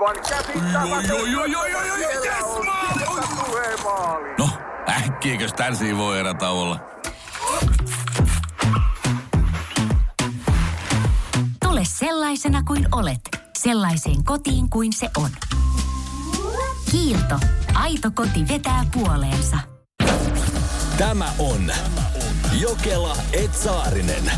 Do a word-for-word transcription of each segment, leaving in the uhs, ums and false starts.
Aivan käsittämätöntä. No, äkkiäkös tän voi erätä olla? Tule sellaisena kuin olet, sellaiseen kotiin kuin se on. Kiilto. Aito koti vetää puoleensa. Tämä on Jokela et Saarinen.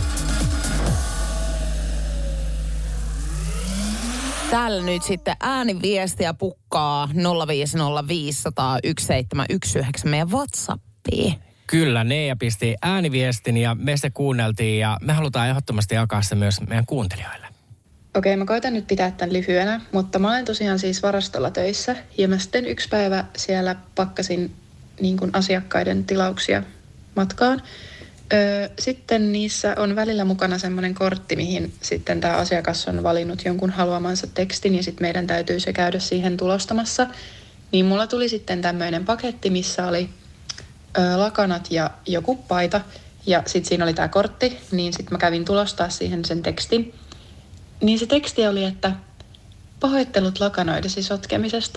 Täällä nyt sitten ääniviestiä pukkaa nolla viisi nolla viisi nolla nolla yksi seitsemän yksi yhdeksän meidän WhatsAppiin. Kyllä, Neija pisti ääniviestin ja me se kuunneltiin ja me halutaan ehdottomasti jakaa se myös meidän kuuntelijoille. Okei, mä koitan nyt pitää tämän lyhyenä, mutta mä olen tosiaan siis varastolla töissä ja mä sitten yksi päivä siellä pakkasin niin kuin asiakkaiden tilauksia matkaan. Öö, sitten niissä on välillä mukana semmoinen kortti, mihin sitten tämä asiakas on valinnut jonkun haluamansa tekstin ja sitten meidän täytyy se käydä siihen tulostamassa. Niin mulla tuli sitten tämmöinen paketti, missä oli öö, lakanat ja joku paita ja sitten siinä oli tämä kortti, niin sitten mä kävin tulostaa siihen sen tekstin. Niin se teksti oli, että pahoittelut lakanoidesi sotkemisesta.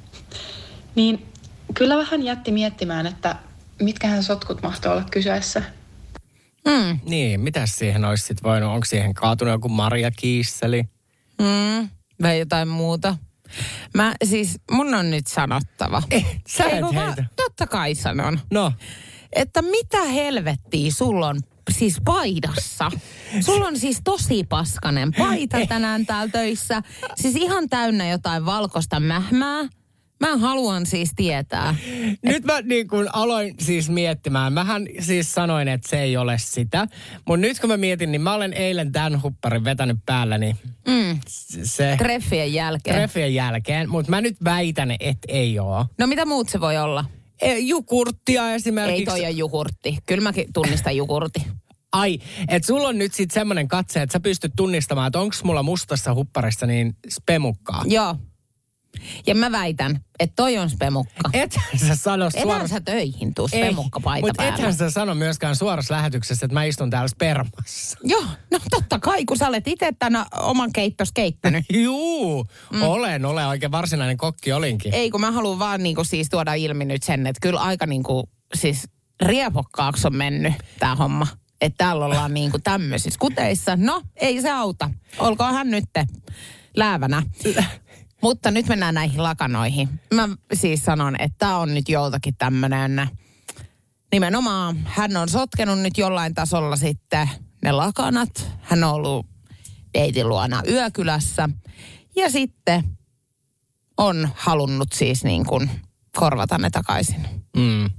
Niin kyllä vähän jätti miettimään, että mitkähän sotkut mahtoi olla kyseessä. Mm. Niin, mitäs siihen olisi sitten voinut? Onko siihen kaatunut joku marjakiisseli? Mm, vai jotain muuta. Mä siis, mun on nyt sanottava. Eh, sä et Eiku, heitä. Mä, totta kai sanon. No. Että mitä helvettiä sulla on siis paidassa? Sulla on siis tosi paskanen paita tänään täällä töissä. Siis ihan täynnä jotain valkoista mähmää. Mä haluan siis tietää. Nyt mä niin kun aloin siis miettimään. Mähän siis sanoin, että se ei ole sitä. Mutta nyt kun mä mietin, niin mä olen eilen tämän hupparin vetänyt päälläni. Mm. Se, Treffien jälkeen. Treffien jälkeen. Mutta mä nyt väitän, että ei ole. No mitä muut se voi olla? E, jukurttia esimerkiksi. Ei toi ole jukurtti. Kyllä mäkin tunnistan jukurtti. Ai, että sulla on nyt sitten semmoinen katse, että sä pystyt tunnistamaan, että onko mulla mustassa hupparissa niin spemukkaa. Joo. Ja mä väitän, että toi on spemukka. Ethän sä sano Ethän suoraan. sä töihin tuu spemukkapaita Mutta päällä. ethän sä sano myöskään suorassa lähetyksessä, että mä istun täällä spermassa. Joo, no totta kai, kun sä olet itse tänä oman keittos keittänyt. Juu, mm. olen, olen oikein varsinainen kokki olinkin. Ei, kun mä haluan vaan niinku siis tuoda ilmi nyt sen, että kyllä aika niinku siis riepokkaaksi on mennyt tää homma. Että täällä ollaan niinku tämmöisissä kuteissa. No, ei se auta. Olkoonhan nyt läävänä. Mutta nyt mennään näihin lakanoihin. Mä siis sanon, että tää on nyt joltakin tämmönen, nimenomaan hän on sotkenut nyt jollain tasolla sitten ne lakanat. Hän on ollut deitin luona yökylässä ja sitten on halunnut siis niin kuin korvata ne takaisin. Mm.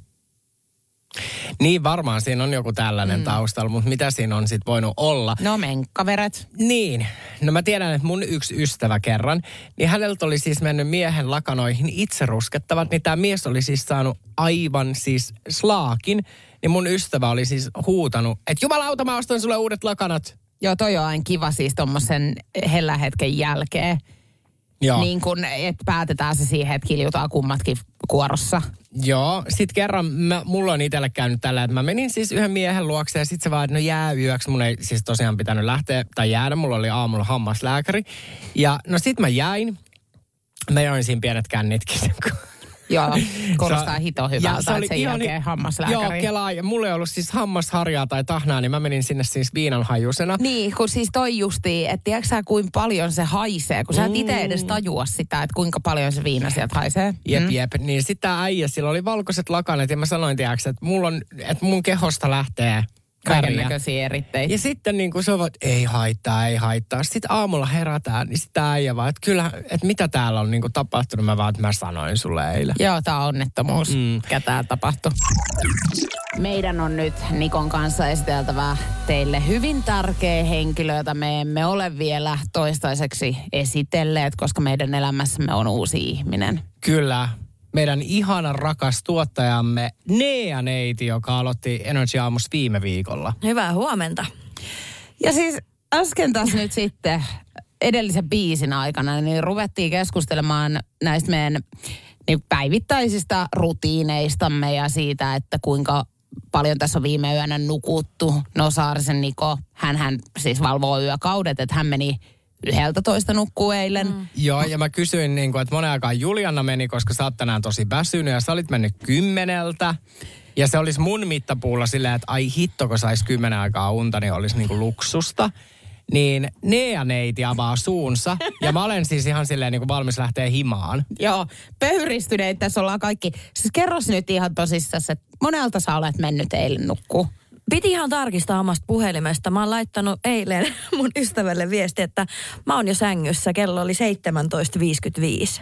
Niin varmaan siinä on joku tällainen mm. taustalla, mutta mitä siinä on sitten voinut olla? No menkkaveret. Niin. No mä tiedän, että mun yksi ystävä kerran, niin häneltä oli siis mennyt miehen lakanoihin itse ruskettavat, niin tämä mies oli siis saanut aivan siis slaakin, niin mun ystävä oli siis huutanut, että jumalauta mä ostan sulle uudet lakanat. Joo, toi on aina kiva siis tommosen hellähetken jälkeen. Joo. Niin kun, että päätetään se siihen, että kiljutaan kummatkin kuorossa. Joo, sit kerran mä, mulla on itselle käynyt tällä, että mä menin siis yhden miehen luokse ja sit se vaan, että no jää yöksi. Mun ei siis tosiaan pitänyt lähteä tai jäädä, mulla oli aamulla hammaslääkäri. Ja no sit mä jäin, mä join siinä pienet kännitkin. Joo, kuulostaa hito hyvältä, että sen jälkeen niin, hammaslääkäri. Joo, kelaa. Ja mulla ei ollut siis hammasharjaa tai tahnaa, niin mä menin sinne siis viinanhajuisena. Niin, kun siis toi justiin, että tiedätkö sä kuinka paljon se haisee, kun sä et itse edes tajua sitä, että kuinka paljon se viina sieltä haisee. Jep, mm. jep. Niin sit tää äijä, sillä oli valkoiset lakanat ja mä sanoin, tiedätkö, että, mulla on, että mun kehosta lähtee kaiken näköisiä eritteitä. Ja sitten niin kuin se on, että ei haittaa, ei haittaa. Sitten aamulla herätään, niin sitten äijä vaan, että kyllä, että mitä täällä on niin kuin tapahtunut. Mä vaan, että mä sanoin sulle eilen. Joo, tää on onnettomuus. Mm. Mikä tää tapahtui? Meidän on nyt Nikon kanssa esiteltävä teille hyvin tärkeä henkilö, jota me emme ole vielä toistaiseksi esitelleet, koska meidän elämässämme on uusi ihminen. Kyllä. Meidän ihana rakas tuottajamme Nea Neiti, joka aloitti Energy Aamussa viime viikolla. Hyvää huomenta. Ja siis äsken tässä nyt sitten edellisen biisin aikana, niin ruvettiin keskustelemaan näistä meidän niin päivittäisistä rutiineistamme ja siitä, että kuinka paljon tässä on viime yönä nukuttu. No Saarisen Niko, hänhän siis valvoo yökaudet, että hän meni yhdeltätoista nukkuu eilen. Mm. Joo, ja mä kysyin, niin kuin, että monen aikaan Juliana meni, koska sä oot tänään tosi väsynyt ja sä olit mennyt kymmeneltä. Ja se olisi mun mittapuulla silleen, että ai hitto, kun sais kymmenen aikaa unta, niin olisi niinku luksusta. Niin Nea-neiti avaa suunsa. Ja mä olen siis ihan silleen niin kuin valmis lähteä himaan. Joo, pöyristyneitä tässä ollaan kaikki. Siis kerros nyt ihan tosissaan, että monelta sä olet mennyt eilen nukkuu. Piti ihan tarkistaa omasta puhelimesta. Mä oon laittanut eilen mun ystävälle viesti, että mä oon jo sängyssä. Kello oli seitsemäntoista viisikymmentäviisi.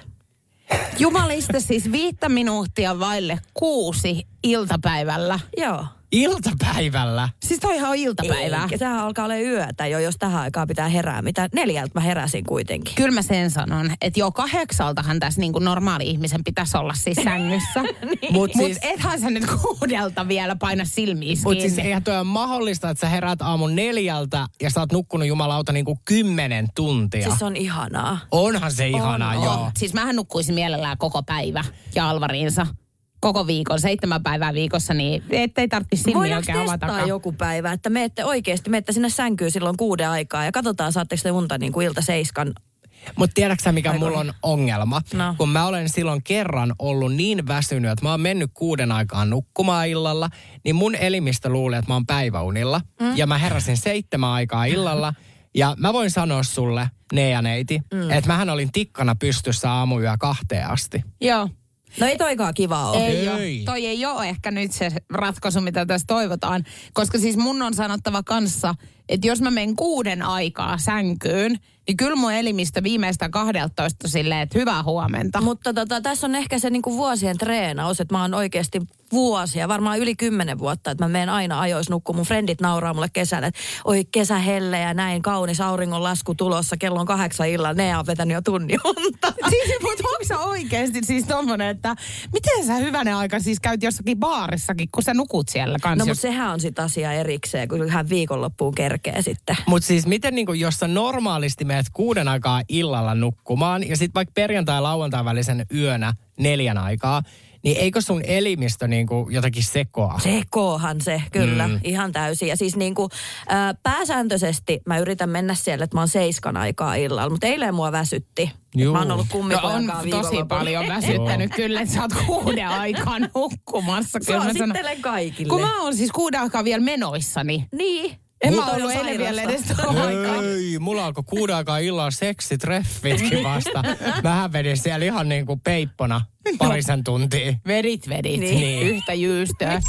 Jumalista siis viittä minuuttia vaille kuusi iltapäivällä. Joo. Iltapäivällä? Siis toihan on iltapäivää. Eikä, tämähän alkaa olla yötä jo, jos tähän aikaan pitää herää. Mitä neljältä mä heräsin kuitenkin. Kyllä mä sen sanon, että jo kahdeksaltahan tässä niin kuin normaali ihmisen pitäisi olla siis sängyssä. niin. Mutta Mut siis, ethän sä nyt kuudelta vielä paina silmiä. Mutta siis eihän toi ole mahdollista, että sä heräät aamun neljältä ja sä oot nukkunut jumalauta niin kuin kymmenen tuntia. Siis on ihanaa. Onhan se ihanaa, on, joo. On. Siis mähän nukkuisin mielellään koko päivä ja Alvariinsa. Koko viikon, seitsemän päivää viikossa, niin ettei tarvitse silmiä oikein avata. Voidaanko testaa joku päivä, että meette oikeasti, meette sinne sänkyyn silloin kuuden aikaa ja katsotaan, saatteko te unta niin kuin ilta seiskan. Mutta tiedätkö sä, mikä mulla on ongelma? No. Kun mä olen silloin kerran ollut niin väsynyt, että mä oon mennyt kuuden aikaan nukkumaan illalla, niin mun elimistö luulee, että mä oon päiväunilla. Mm. Ja mä heräsin seitsemän aikaa illalla. Ja mä voin sanoa sulle, Nea-neiti, mm. että mähän olin tikkana pystyssä aamuyö kahteen asti. Joo. No ei toikaan kiva ole. Ei, ei. Toi ei ole ehkä nyt se ratkaisu, mitä tässä toivotaan. Koska siis mun on sanottava kanssa, että jos mä menen kuuden aikaa sänkyyn, niin kyllä mun elimistö viimeistä kahdeltoista silleen, että hyvää huomenta. Mutta tota, tässä on ehkä se niinku vuosien treenaus, että mä oon oikeasti vuosia, varmaan yli kymmenen vuotta, että mä menen aina ajoissa nukkuun. Mun frendit nauraa mulle kesällä, että oi kesä helle ja näin kaunis auringonlasku tulossa, kello on kahdeksan illalla, ne on vetänyt jo tunnin unta. Siis, mutta onko sä oikeasti siis tommonen, että miten sä hyvänen aika siis käyt jossakin baarissakin, kun sä nukut siellä kanssa? No mutta sehän on sit asia erikseen, kun hän viikonloppuun kerkee sitten. Mutta siis miten niinku, jos sä normaalisti menet kuuden aikaa illalla nukkumaan ja sitten vaikka perjantai- ja lauantai välisen yönä neljän aikaa, niin eikö sun elimistö niinku jotakin sekoa? Sekoahan se, kyllä. Mm. Ihan täysin. Ja siis niinku äh, pääsääntöisesti mä yritän mennä siellä, että mä oon seiskan aikaa illalla. Mutta eilen mua väsytti. Mä oon ollut kummipojakaan no on tosi paljon väsyttänyt kyllä, että sä oot kuuden aikaa nukkumassa. Suosittelen kaikille. Kun mä oon siis kuuden aikaa vielä menoissani. Niin. En mä ollut eilen vielä edes tuohon aikaan. Ei, mulla alkoi kuuden aikaa illalla seksitreffitkin vasta. Mähän vedin siellä ihan niin kuin peippona parisen tuntia. Vedit, vedit. Niin. Niin. Yhtä jyystöä.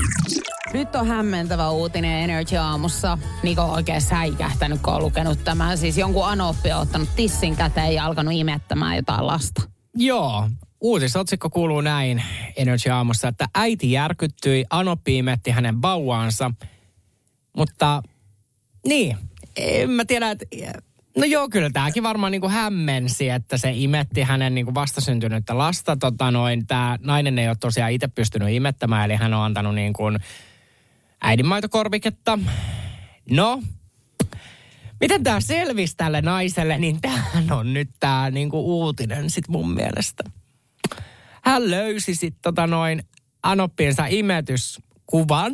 Nyt on hämmentävä uutinen Energy Aamussa. Niko on oikein säikähtänyt, kun on lukenut tämän. Siis jonkun anoppi on ottanut tissin käteen ja alkanut imettämään jotain lasta. Joo. Uutisotsikko kuuluu näin Energy Aamussa, että äiti järkyttyi, anoppi imetti hänen vauvaansa. Mutta niin, en mä tiedä, että no joo, kyllä tämäkin varmaan niin kuin hämmensi, että se imetti hänen niin kuin vastasyntynyttä lasta. Tota noin, tämä nainen ei ole tosiaan itse pystynyt imettämään, eli hän on antanut niin kuin äidinmaitokorviketta. No, miten tämä selvisi tälle naiselle, niin tämähän on nyt tämä niin kuin uutinen sit mun mielestä. Hän löysi sitten tota noin anoppiensa imetyskuvan.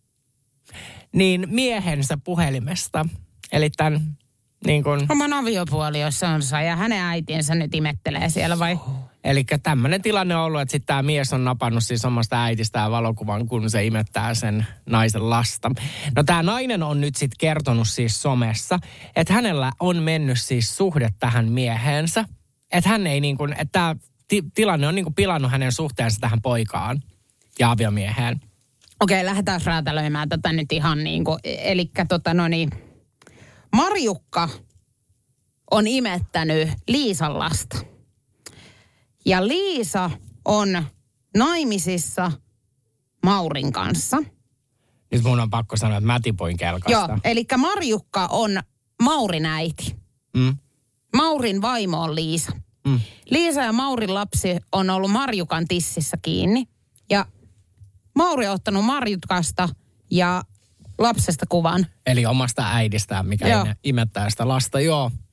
Niin miehensä puhelimesta. Eli tämän niin kuin oman aviopuoliossansa ja hänen äitiensä nyt imettelee siellä vai? Eli tämmöinen tilanne on ollut, että sitten tämä mies on napannut siis omasta äitistään valokuvan, kun se imettää sen naisen lasta. No tämä nainen on nyt sitten kertonut siis somessa, että hänellä on mennyt siis suhde tähän miehensä. Että hän ei niin kuin, että tämä ti- tilanne on niin kuin pilannut hänen suhteensa tähän poikaan ja aviomieheen. Okei, lähdetään räätälöimään tätä nyt ihan niin kuin, elikkä tota no niin, Marjukka on imettänyt Liisan lasta. Ja Liisa on naimisissa Maurin kanssa. Nyt mun on pakko sanoa, että mä tipuin kelkasta. Joo, elikkä Marjukka on Maurin äiti. Mm. Maurin vaimo on Liisa. Mm. Liisa ja Maurin lapsi on ollut Marjukan tississä kiinni. Ja Mauri on ottanut Marjukasta ja lapsesta kuvan. Eli omasta äidistään, mikä Joo. imettää sitä lasta, joo.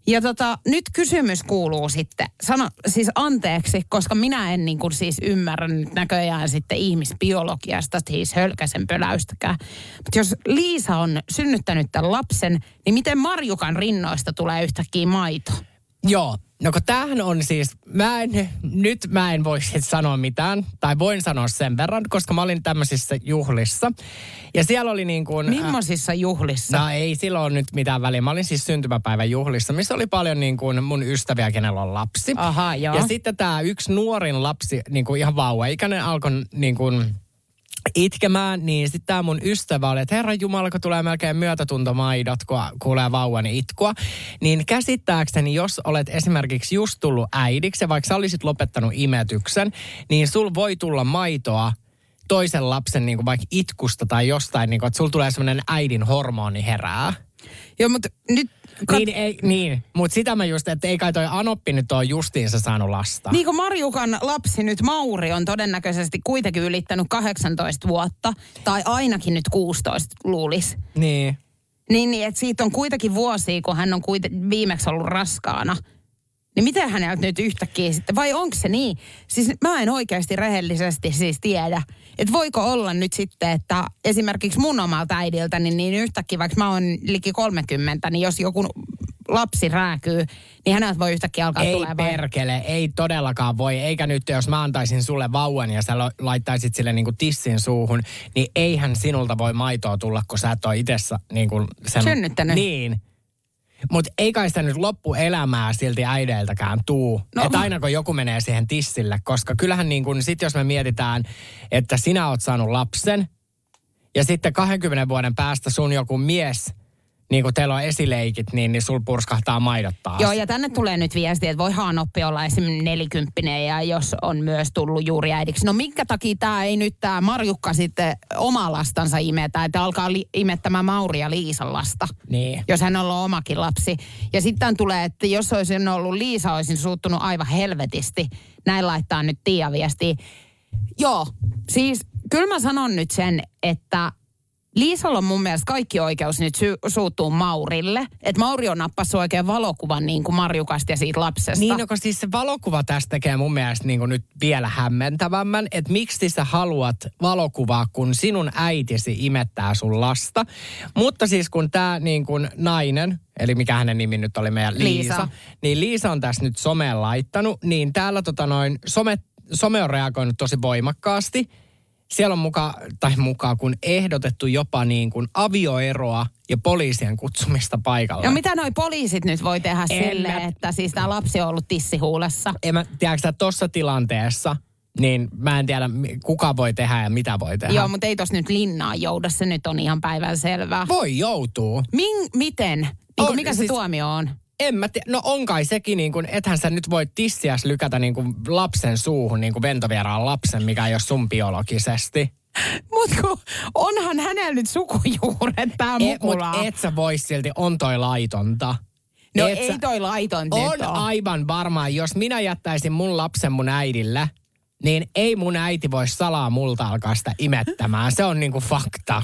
Ja tota, nyt kysymys kuuluu sitten, sano siis anteeksi, koska minä en niin kuin siis ymmärrä nyt näköjään sitten ihmisbiologiasta, siis hölkäsen pöläystäkään. Mutta jos Liisa on synnyttänyt tämän lapsen, niin miten Marjukan rinnoista tulee yhtäkkiä maito? Joo, no kun tämähän on siis, mä en, nyt mä en voi sit sanoa mitään, tai voin sanoa sen verran, koska mä olin tämmöisissä juhlissa. Ja siellä oli niin kuin... Millaisissa juhlissa? No ei silloin nyt mitään väliä. Mä olin siis syntymäpäivän juhlissa, missä oli paljon niin kuin mun ystäviä, kenellä on lapsi. Aha, joo. Ja sitten tämä yksi nuorin lapsi, niin kuin ihan vauva-ikäinen, alkoi niin kuin itkemään, niin sitten tämä mun ystävä oli, että Herran Jumala, kun tulee melkein myötätuntomaidot, kun kuulee vauvani itkua, niin käsittääkseni, jos olet esimerkiksi just tullut äidiksi, ja vaikka sä olisit lopettanut imetyksen, niin sul voi tulla maitoa toisen lapsen niin kuin vaikka itkusta tai jostain, niin kuin, että sulla tulee semmoinen äidin hormoni herää. Joo, mutta nyt... Kat... Niin, ei, niin. mutta sitä mä just, että ei kai toi Anoppi nyt ole justiinsa saanut lasta. Niin kuin Marjukan lapsi nyt Mauri on todennäköisesti kuitenkin ylittänyt kahdeksantoista vuotta, tai ainakin nyt kuusitoista luulisi. Niin. Niin, niin että siitä on kuitenkin vuosia, kun hän on kuiten, viimeksi ollut raskaana. Niin miten häneltä nyt yhtäkkiä sitten, vai onko se niin? Siis mä en oikeasti rehellisesti siis tiedä, että voiko olla nyt sitten, että esimerkiksi mun omalta äidiltäni, niin yhtäkkiä vaikka mä oon liki kolmekymmentä, niin jos joku lapsi rääkyy, niin häneltä voi yhtäkkiä alkaa ei tulemaan. Ei perkele, ei todellakaan voi. Eikä nyt, jos mä antaisin sulle vauvan ja sä laittaisit sille niin kuin tissin suuhun, niin eihän sinulta voi maitoa tulla, kun sä et ole itessä niin kuin sen... Synnyttänyt. Niin. Mutta ei kai sitä nyt loppuelämää silti äideiltäkään tuu. No, että aina kun joku menee siihen tissille, koska kyllähän niin kuin sit jos me mietitään, että sinä oot saanut lapsen ja sitten kahdenkymmenen vuoden päästä sun joku mies, niin kuin teillä on esileikit, niin, niin sul purskahtaa maidot taas. Joo, ja tänne tulee nyt viesti, että voihan oppi olla esimerkiksi nelikymppinen ja jos on myös tullut juuri äidiksi. No minkä takia tämä ei nyt tämä Marjukka sitten oma lastansa imetä, että alkaa li- imettämään Mauri ja Liisan lasta. Niin. Jos hän on ollut omakin lapsi. Ja sitten tulee, että jos olisin ollut Liisa, olisin suuttunut aivan helvetisti. Näin laittaa nyt Tiia viestiä. Joo, siis kyllä mä sanon nyt sen, että Liisalla on mun mielestä kaikki oikeus nyt sy- suuttuu Maurille. Että Mauri on nappassut oikein valokuvan niin kuin Marjukasta ja siitä lapsesta. Niin, no, siis se valokuva tästä tekee mun mielestä niin kuin nyt vielä hämmentävämmän. Että miksi sä haluat valokuvaa, kun sinun äitisi imettää sun lasta. Mutta siis kun tää niin kuin nainen, eli mikä hänen nimi nyt oli meidän Liisa. Liisa. Niin Liisa on tässä nyt someen laittanut. Niin täällä tota noin, some, some on reagoinut tosi voimakkaasti. Siellä on mukaan, tai mukaan kun ehdotettu jopa niin kuin avioeroa ja poliisien kutsumista paikalle. No mitä noi poliisit nyt voi tehdä en silleen, mä... että siis tämä lapsi on ollut tissihuulessa? En mä, tiedätkö tuossa tilanteessa, niin mä en tiedä kuka voi tehdä ja mitä voi tehdä. Joo, mutta ei tossa nyt linnaan jouda, se nyt on ihan päivän selvää. Voi joutuu. Min, miten? Niin on, mikä se siis... tuomio on? En mä tiedä. No on kai sekin, niin kuin, ethän sä nyt voi tissiäs lykätä niin kuin lapsen suuhun, niin kuin ventovieraan lapsen, mikä ei ole sun biologisesti. Mut kun onhan hänellä nyt sukujuuret tää mukula. Mut et sä vois silti, on toi laitonta. No et ei sä, toi laitonta. On aivan varmaan, jos minä jättäisin mun lapsen mun äidille, niin ei mun äiti voi salaa multa alkaa sitä imettämään. Se on niinku fakta.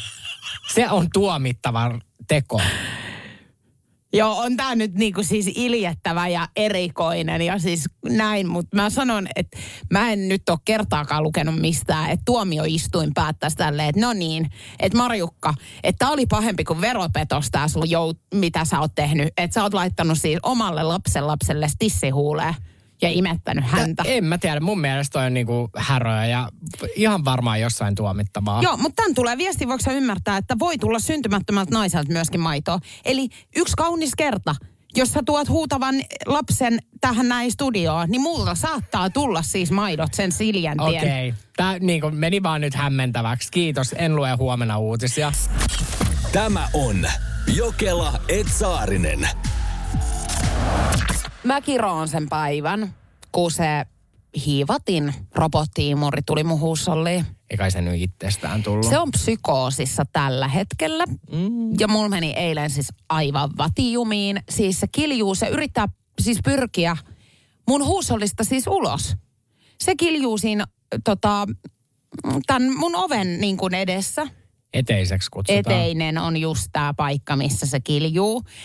Se on tuomittava teko. Joo, on tää nyt niinku siis iljettävä ja erikoinen ja siis näin, mutta mä sanon, että mä en nyt ole kertaakaan lukenut mistään, että tuomioistuin päättäisi tälleen, että no niin, että Marjukka, että tää oli pahempi kuin veropetos tää sun jout, mitä sä oot tehnyt, että sä oot laittanut siis omalle lapsen lapselle tissihuuleen ja imettänyt häntä. Ja en mä tiedä, mun mielestä toi on niinku häröä ja ihan varmaan jossain tuomittavaa. Joo, mutta tän tulee viesti, voiko sä ymmärtää, että voi tulla syntymättömältä naiselta myöskin maitoa. Eli yksi kaunis kerta, jos sä tuot huutavan lapsen tähän näin studioon, niin multa saattaa tulla siis maidot sen Siljan tien. Okei, okay. Tää niinku meni vaan nyt hämmentäväksi. Kiitos, en lue huomenna uutisia. Tämä on Jokela et Saarinen. Mä kiroon sen päivän, kun se hiivatin robottiimuri tuli mun huussolliin. Eikä se nyt itsestään tullut. Se on psykoosissa tällä hetkellä. Mm. Ja mulla meni eilen siis aivan vatijumiin. Siis se kiljuu, se yrittää siis pyrkiä mun huussollista siis ulos. Se kiljuu siinä tota, tämän mun oven niin kuin edessä. Eteiseksi kutsutaan. Eteinen on just tää paikka, missä se kiljuu.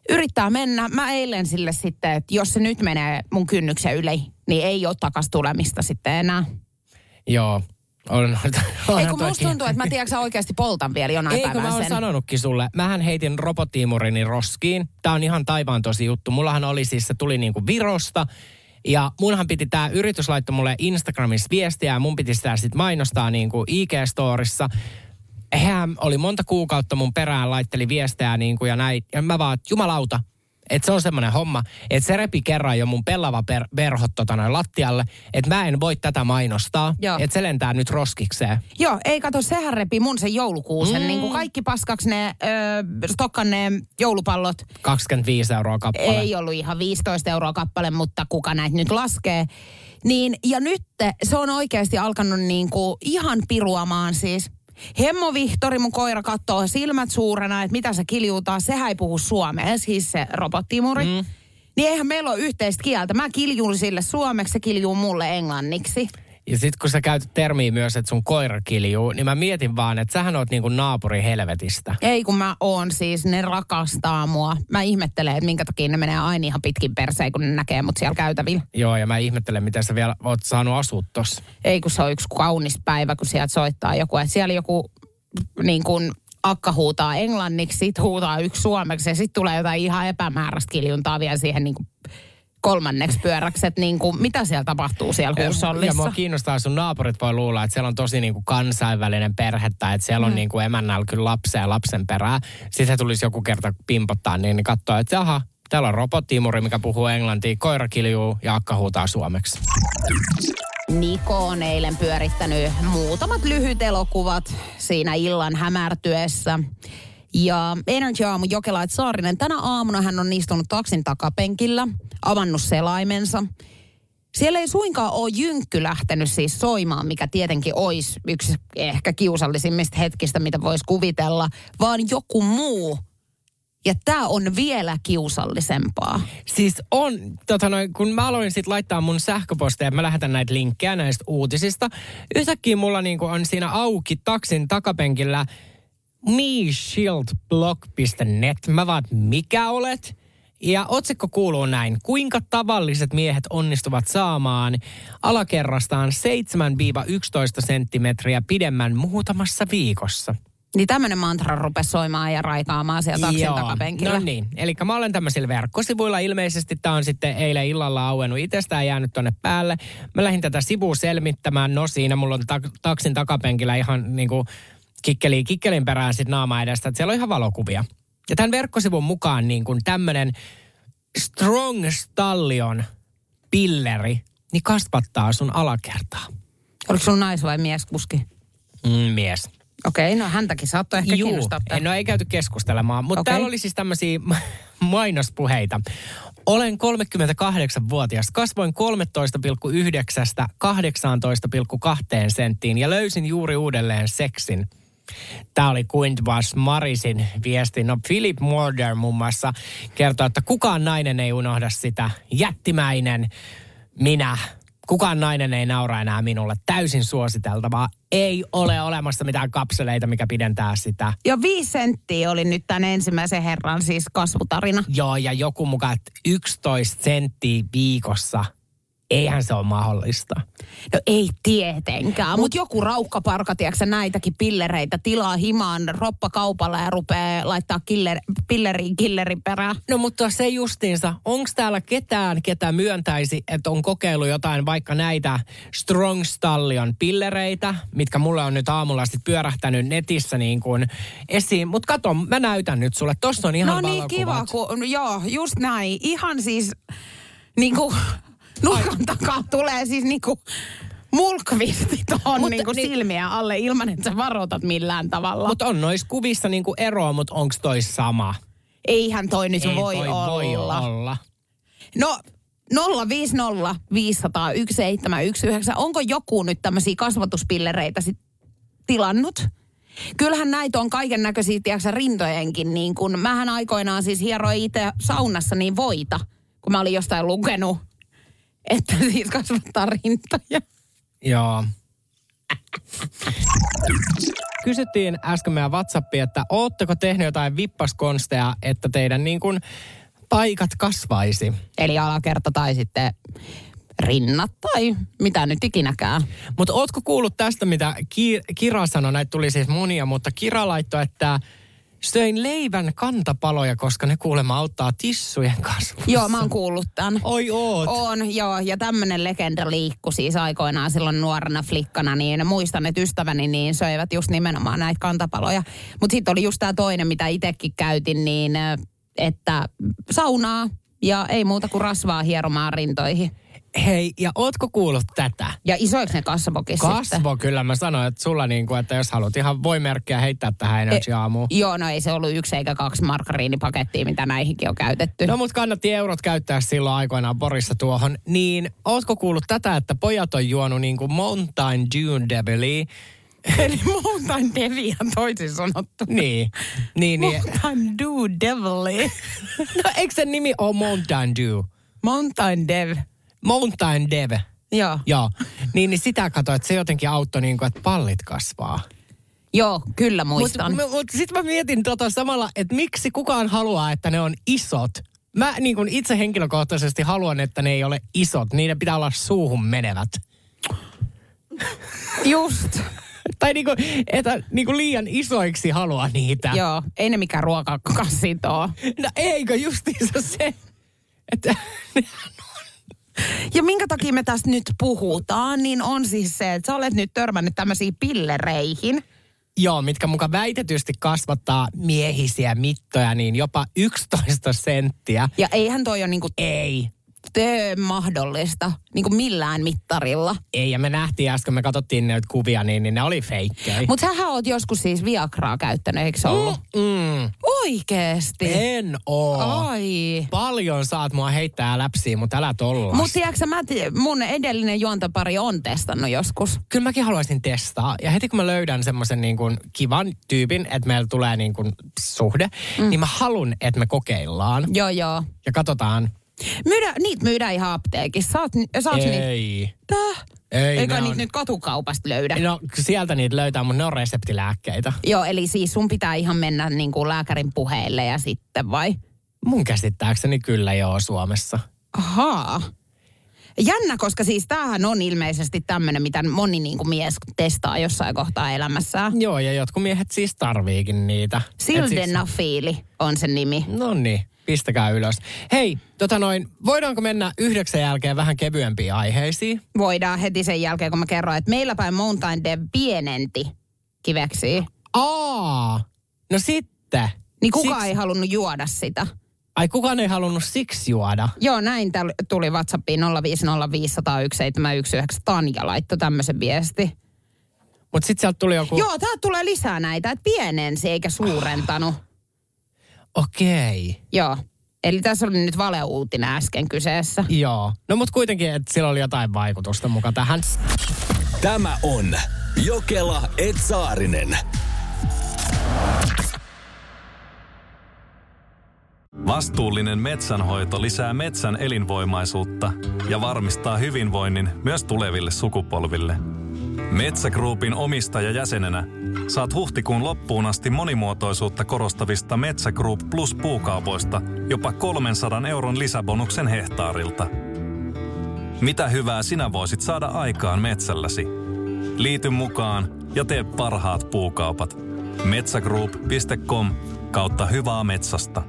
yrittää mennä. Mä eilen sille sitten, että jos se nyt menee mun kynnyksen yli, niin ei ole takas tulemista sitten enää. Joo. On, on, ei kun musta tuntuu, että mä tiedätkö oikeasti poltan vielä jonain ei, päivänä sen. Ei kun mä oon sanonutkin sulle. Mähän heitin robottiimurini roskiin. Tää on ihan taivaan tosi juttu. Mullahan oli siis, se tuli niinku Virosta. Ja munhan piti tää yritys laittaa mulle Instagramissa viestiä ja mun piti sitä sit mainostaa niinku I G-storissa. Hän oli monta kuukautta mun perään, laitteli viestejä niinku ja näin. Ja mä vaan, jumalauta. Että se on semmoinen homma, että se repi kerran jo mun pellava per, verhot tota noin lattialle, että mä en voi tätä mainostaa, että se lentää nyt roskikseen. Joo, ei kato, sehän repi mun sen joulukuusen, mm. niin kuin kaikki paskaksi ne ö, stokkan ne joulupallot. kaksikymmentäviisi euroa kappale. Ei ollut ihan viisitoista euroa kappale, mutta kuka näitä nyt laskee. Niin, ja nyt se on oikeasti alkanut niin kuin ihan piruamaan siis. Hemmo Vihtori, mun koira, katsoo silmät suurena, että mitä se kiljuutaa. Sehän ei puhu suomea, siis se robottimuri. Mm. Niin eihän meillä ole yhteistä kieltä. Mä kiljun sille suomeksi, se kiljuu mulle englanniksi. Ja sit kun sä käytät termiä myös, että sun koira kiljuu, niin mä mietin vaan, että sähän oot niinku naapuri helvetistä. Ei kun mä oon siis, ne rakastaa mua. Mä ihmettelen, että minkä takia ne menee aina ihan pitkin perseen, kun ne näkee mut siellä käytävillä. Joo, ja mä ihmettelen, miten sä vielä oot saanut asua tossa. Ei kun se on yksi kaunis päivä, kun sieltä soittaa joku, että siellä joku niin kuin akka huutaa englanniksi, sit huutaa yksi suomeksi ja sit tulee jotain ihan epämääräistä kiljuntaa vielä siihen niin kuin kolmanneksi pyöräksi, että niin kuin, mitä siellä tapahtuu siellä huushollissa. Ja mua kiinnostaa, sun naapurit voi luulla, että siellä on tosi niin kuin kansainvälinen perhettä, että siellä on mm. niin kuin emännällä kyllä lapsia ja lapsen perää. Sitten se tulisi joku kerta pimpottaa, niin katsoo, että aha, täällä on robottiimuri, mikä puhuu englantia, koira kiljuu ja akka huutaa suomeksi. Niko on eilen pyörittänyt muutamat lyhyt elokuvat siinä illan hämärtyessä. Ja Energy Aamu Jokela et Saarinen, tänä aamuna hän on istunut taksin takapenkillä, avannut selaimensa. Siellä ei suinkaan ole jynkky lähtenyt siis soimaan, mikä tietenkin olisi yksi ehkä kiusallisimmista hetkistä, mitä voisi kuvitella, vaan joku muu. Ja tämä on vielä kiusallisempaa. Siis on, tota noin, kun mä aloin sit laittaa mun sähköposteja, mä lähetän näitä linkkejä näistä uutisista. Yhtäkkiä mulla niinku on siinä auki taksin takapenkillä me shield blog piste net. Mä vaan, mikä olet? Ja otsikko kuuluu näin. Kuinka tavalliset miehet onnistuvat saamaan alakerrastaan seitsemän yksitoista senttimetriä pidemmän muutamassa viikossa? Niin tämmöinen mantra rupesi soimaan ja raikaamaan siellä taksin Joo, takapenkillä. No niin, eli mä olen tämmöisillä verkkosivuilla. Ilmeisesti tää on sitten eilen illalla auennut itsestään jäänyt tonne päälle. Mä lähdin tätä sivua selmittämään. No siinä mulla on ta- taksin takapenkillä ihan niinku kikkeli, kikkelin perään sit naama edestä, että siellä on ihan valokuvia. Ja tämän verkkosivun mukaan niin kuin tämmönen Strong Stallion pilleri, niin kasvattaa sun alakertaa. Oliko sun nais- vai mieskuski? Mm, mies. Okei, okay, no häntäkin saattoi ehkä Juu, kiinnostaa. no ei käyty keskustelemaan, mutta okay. Täällä oli siis tämmöisiä mainospuheita. Olen kolmekymmentäkahdeksanvuotias, kasvoin kolmetoista pilkku yhdeksän kahdeksantoista pilkku kaksi senttiin ja löysin juuri uudelleen seksin. Tämä oli Quintwas Marisin viesti. No Philip Morder muun muassa kertoo, että kukaan nainen ei unohda sitä. Jättimäinen minä. Kukaan nainen ei naura enää minulle. Täysin suositeltavaa. Ei ole olemassa mitään kapseleita, mikä pidentää sitä. Jo viisi senttiä oli nyt tämän ensimmäisen herran siis kasvutarina. Joo, ja joku mukaan yksitoista senttiä viikossa. Eihän se ole mahdollista. No ei tietenkään, mutta Mut joku raukkaparka, tiedätkö näitäkin pillereitä tilaa himaan roppakaupalla ja rupeaa laittaa killer, pilleriin killerin perään. No mutta se justiinsa, onko täällä ketään, ketä myöntäisi, että on kokeillut jotain vaikka näitä Strong Stallion pillereitä, mitkä mulle on nyt aamulla sitten pyörähtänyt netissä niin kuin esiin. Mutta kato, mä näytän nyt sulle, tossa on ihan no niin valokuvat. kiva, kun, joo, just näin. Ihan siis niin kuin nurkan takaa tulee siis niinku mulkvisti tuohon niinku niin, silmiä alle ilman, että sä varoitat millään tavalla. Mutta on noissa kuvissa niinku eroa, mutta onko toi sama? Eihän toi nyt Ei voi toi olla. voi olla. No nolla viisi nolla viisi nolla nolla yksi seitsemän yksi yhdeksän. Onko joku nyt tämmöisiä kasvatuspillereitä sit tilannut? Kyllähän näitä on kaiken näköisiä, tiedätkö rintojenkin. Niin kun, mähän aikoinaan siis hieroin itse saunassa niin voita, kun mä olin jostain lukenut. Että siis kasvattaa rintoja. Joo. Kysyttiin äsken meidän WhatsAppiin, että ootteko tehnyt jotain vippaskonsteja, että teidän niin kuin paikat kasvaisi. Eli alakerta tai sitten rinnat tai mitä nyt ikinäkään. Mutta ootko kuullut tästä, mitä Ki- Kira sanoi? Näitä tuli siis monia, mutta Kira laittoi, että söin leivän kantapaloja, koska ne kuulemma auttaa tissujen kasvussa. Joo, mä oon kuullut tämän. Oi oot. On, joo. Ja tämmönen legenda liikkui siis aikoinaan silloin nuorena flikkana, niin muistan, että ystäväni niin söivät just nimenomaan näitä kantapaloja. Mutta sitten oli just tämä toinen, mitä itsekin käytin, niin että saunaa ja ei muuta kuin rasvaa hieromaan rintoihin. Hei, ja ootko kuullut tätä? Ja isoiksi ne kasvokin sitten. Kasvo, kyllä mä sanoin, että sulla niinku, että jos haluat ihan voi merkkiä heittää tähän Energy Aamuun. E, joo, no ei se ollut yksi eikä kaksi margariinipakettia, mitä näihinkin on käytetty. No mut kannatti eurot käyttää silloin aikoinaan Porissa tuohon. Niin, ootko kuullut tätä, että pojat on juonut niinku Mountain Dew Devilia? Eli Mountain Deviä toisin sanottu. Niin. niin, niin. Mountain Dew Devilia. No eikö sen nimi ole Mountain Dew? Mountain Dev. Mountain Dev. Joo. Joo. Niin, niin sitä katsoin, että se jotenkin auttoi niin kuin, että pallit kasvaa. Joo, kyllä muistan. Mutta mut, sitten mä mietin tota samalla, että miksi kukaan haluaa, että ne on isot. Mä niin kuin itse henkilökohtaisesti haluan, että ne ei ole isot. Niiden pitää olla suuhun menevät. Just. Tai niinku, että niinku liian isoiksi halua niitä. Joo, ei ne mikään ruokakassit oo. No eikö justiinsa se, että ja minkä takia me tästä nyt puhutaan, niin on siis se, että sä olet nyt törmännyt tämmöisiin pillereihin. Joo, mitkä muka väitetysti kasvattaa miehisiä mittoja, niin jopa yksitoista senttiä. Ja eihän toi ole niinku... Ei. Tee mahdollista, niin kuin millään mittarilla. Ei, ja me nähtiin äsken, me katsottiin näitä kuvia, niin, niin ne oli feikkejä. Mutta sähän oot joskus siis Viagraa käyttänyt, eikö se ollut? Mm, mm. Oikeesti? En oo. Ai. Paljon saat mua heittää läpsiä, mutta älä tollas. Mutta tiedätkö mä, t- mun edellinen juontopari on testannut joskus. Kyllä mäkin haluaisin testaa. Ja heti kun mä löydän semmoisen niin kuin kivan tyypin, että meillä tulee niin kuin suhde, mm. niin mä haluan, että me kokeillaan. Joo, joo. Ja katsotaan. Myydä, niitä myydään ihan apteekissa. Saat, saat Ei. Niitä? Täh? Ei. Eikä niitä on... nyt katukaupasta löydä. No sieltä niitä löytää, mutta ne on reseptilääkkeitä. Joo, eli siis sun pitää ihan mennä niin kuin lääkärin puheille ja sitten vai? Mun käsittääkseni kyllä joo Suomessa. Ahaa. Jännä, koska siis tämähän on ilmeisesti tämmöinen, mitä moni niin kuin mies testaa jossain kohtaa elämässään. Joo, ja jotkut miehet siis tarviikin niitä. Sildenafili siis... on sen nimi. No niin, pistäkää ylös. Hei, tota noin, voidaanko mennä yhdeksän jälkeen vähän kevyempiin aiheisiin? Voidaan heti sen jälkeen, kun mä kerroin, että meillä päin Mountain Dew pienenti kiveksiä. Aa, no sitten. Niin kukaan Siksi... ei halunnut juoda sitä. Ai kukaan ei halunnut siksi juoda? Joo, näin täl, tuli WhatsAppiin nolla viisi nolla viisi nolla yksi seitsemän yksi yhdeksän. Tanja laittoi tämmöisen viesti. Mut sit sieltä tuli joku... Joo, täältä tulee lisää näitä, että pienensi eikä suurentanut. Okei. Okay. Joo, eli tässä oli nyt valeuutinen äsken kyseessä. Joo, no mut kuitenkin, että sillä oli jotain vaikutusta mukaan tähän. Tämä on Jokela et Saarinen. Vastuullinen metsänhoito lisää metsän elinvoimaisuutta ja varmistaa hyvinvoinnin myös tuleville sukupolville. Metsä Groupin omistajajäsenenä saat huhtikuun loppuun asti monimuotoisuutta korostavista Metsä Group Plus puukaupoista jopa kolmensadan euron lisäbonuksen hehtaarilta. Mitä hyvää sinä voisit saada aikaan metsälläsi? Liity mukaan ja tee parhaat puukaupat. metsägroup piste com kautta hyvää metsästä.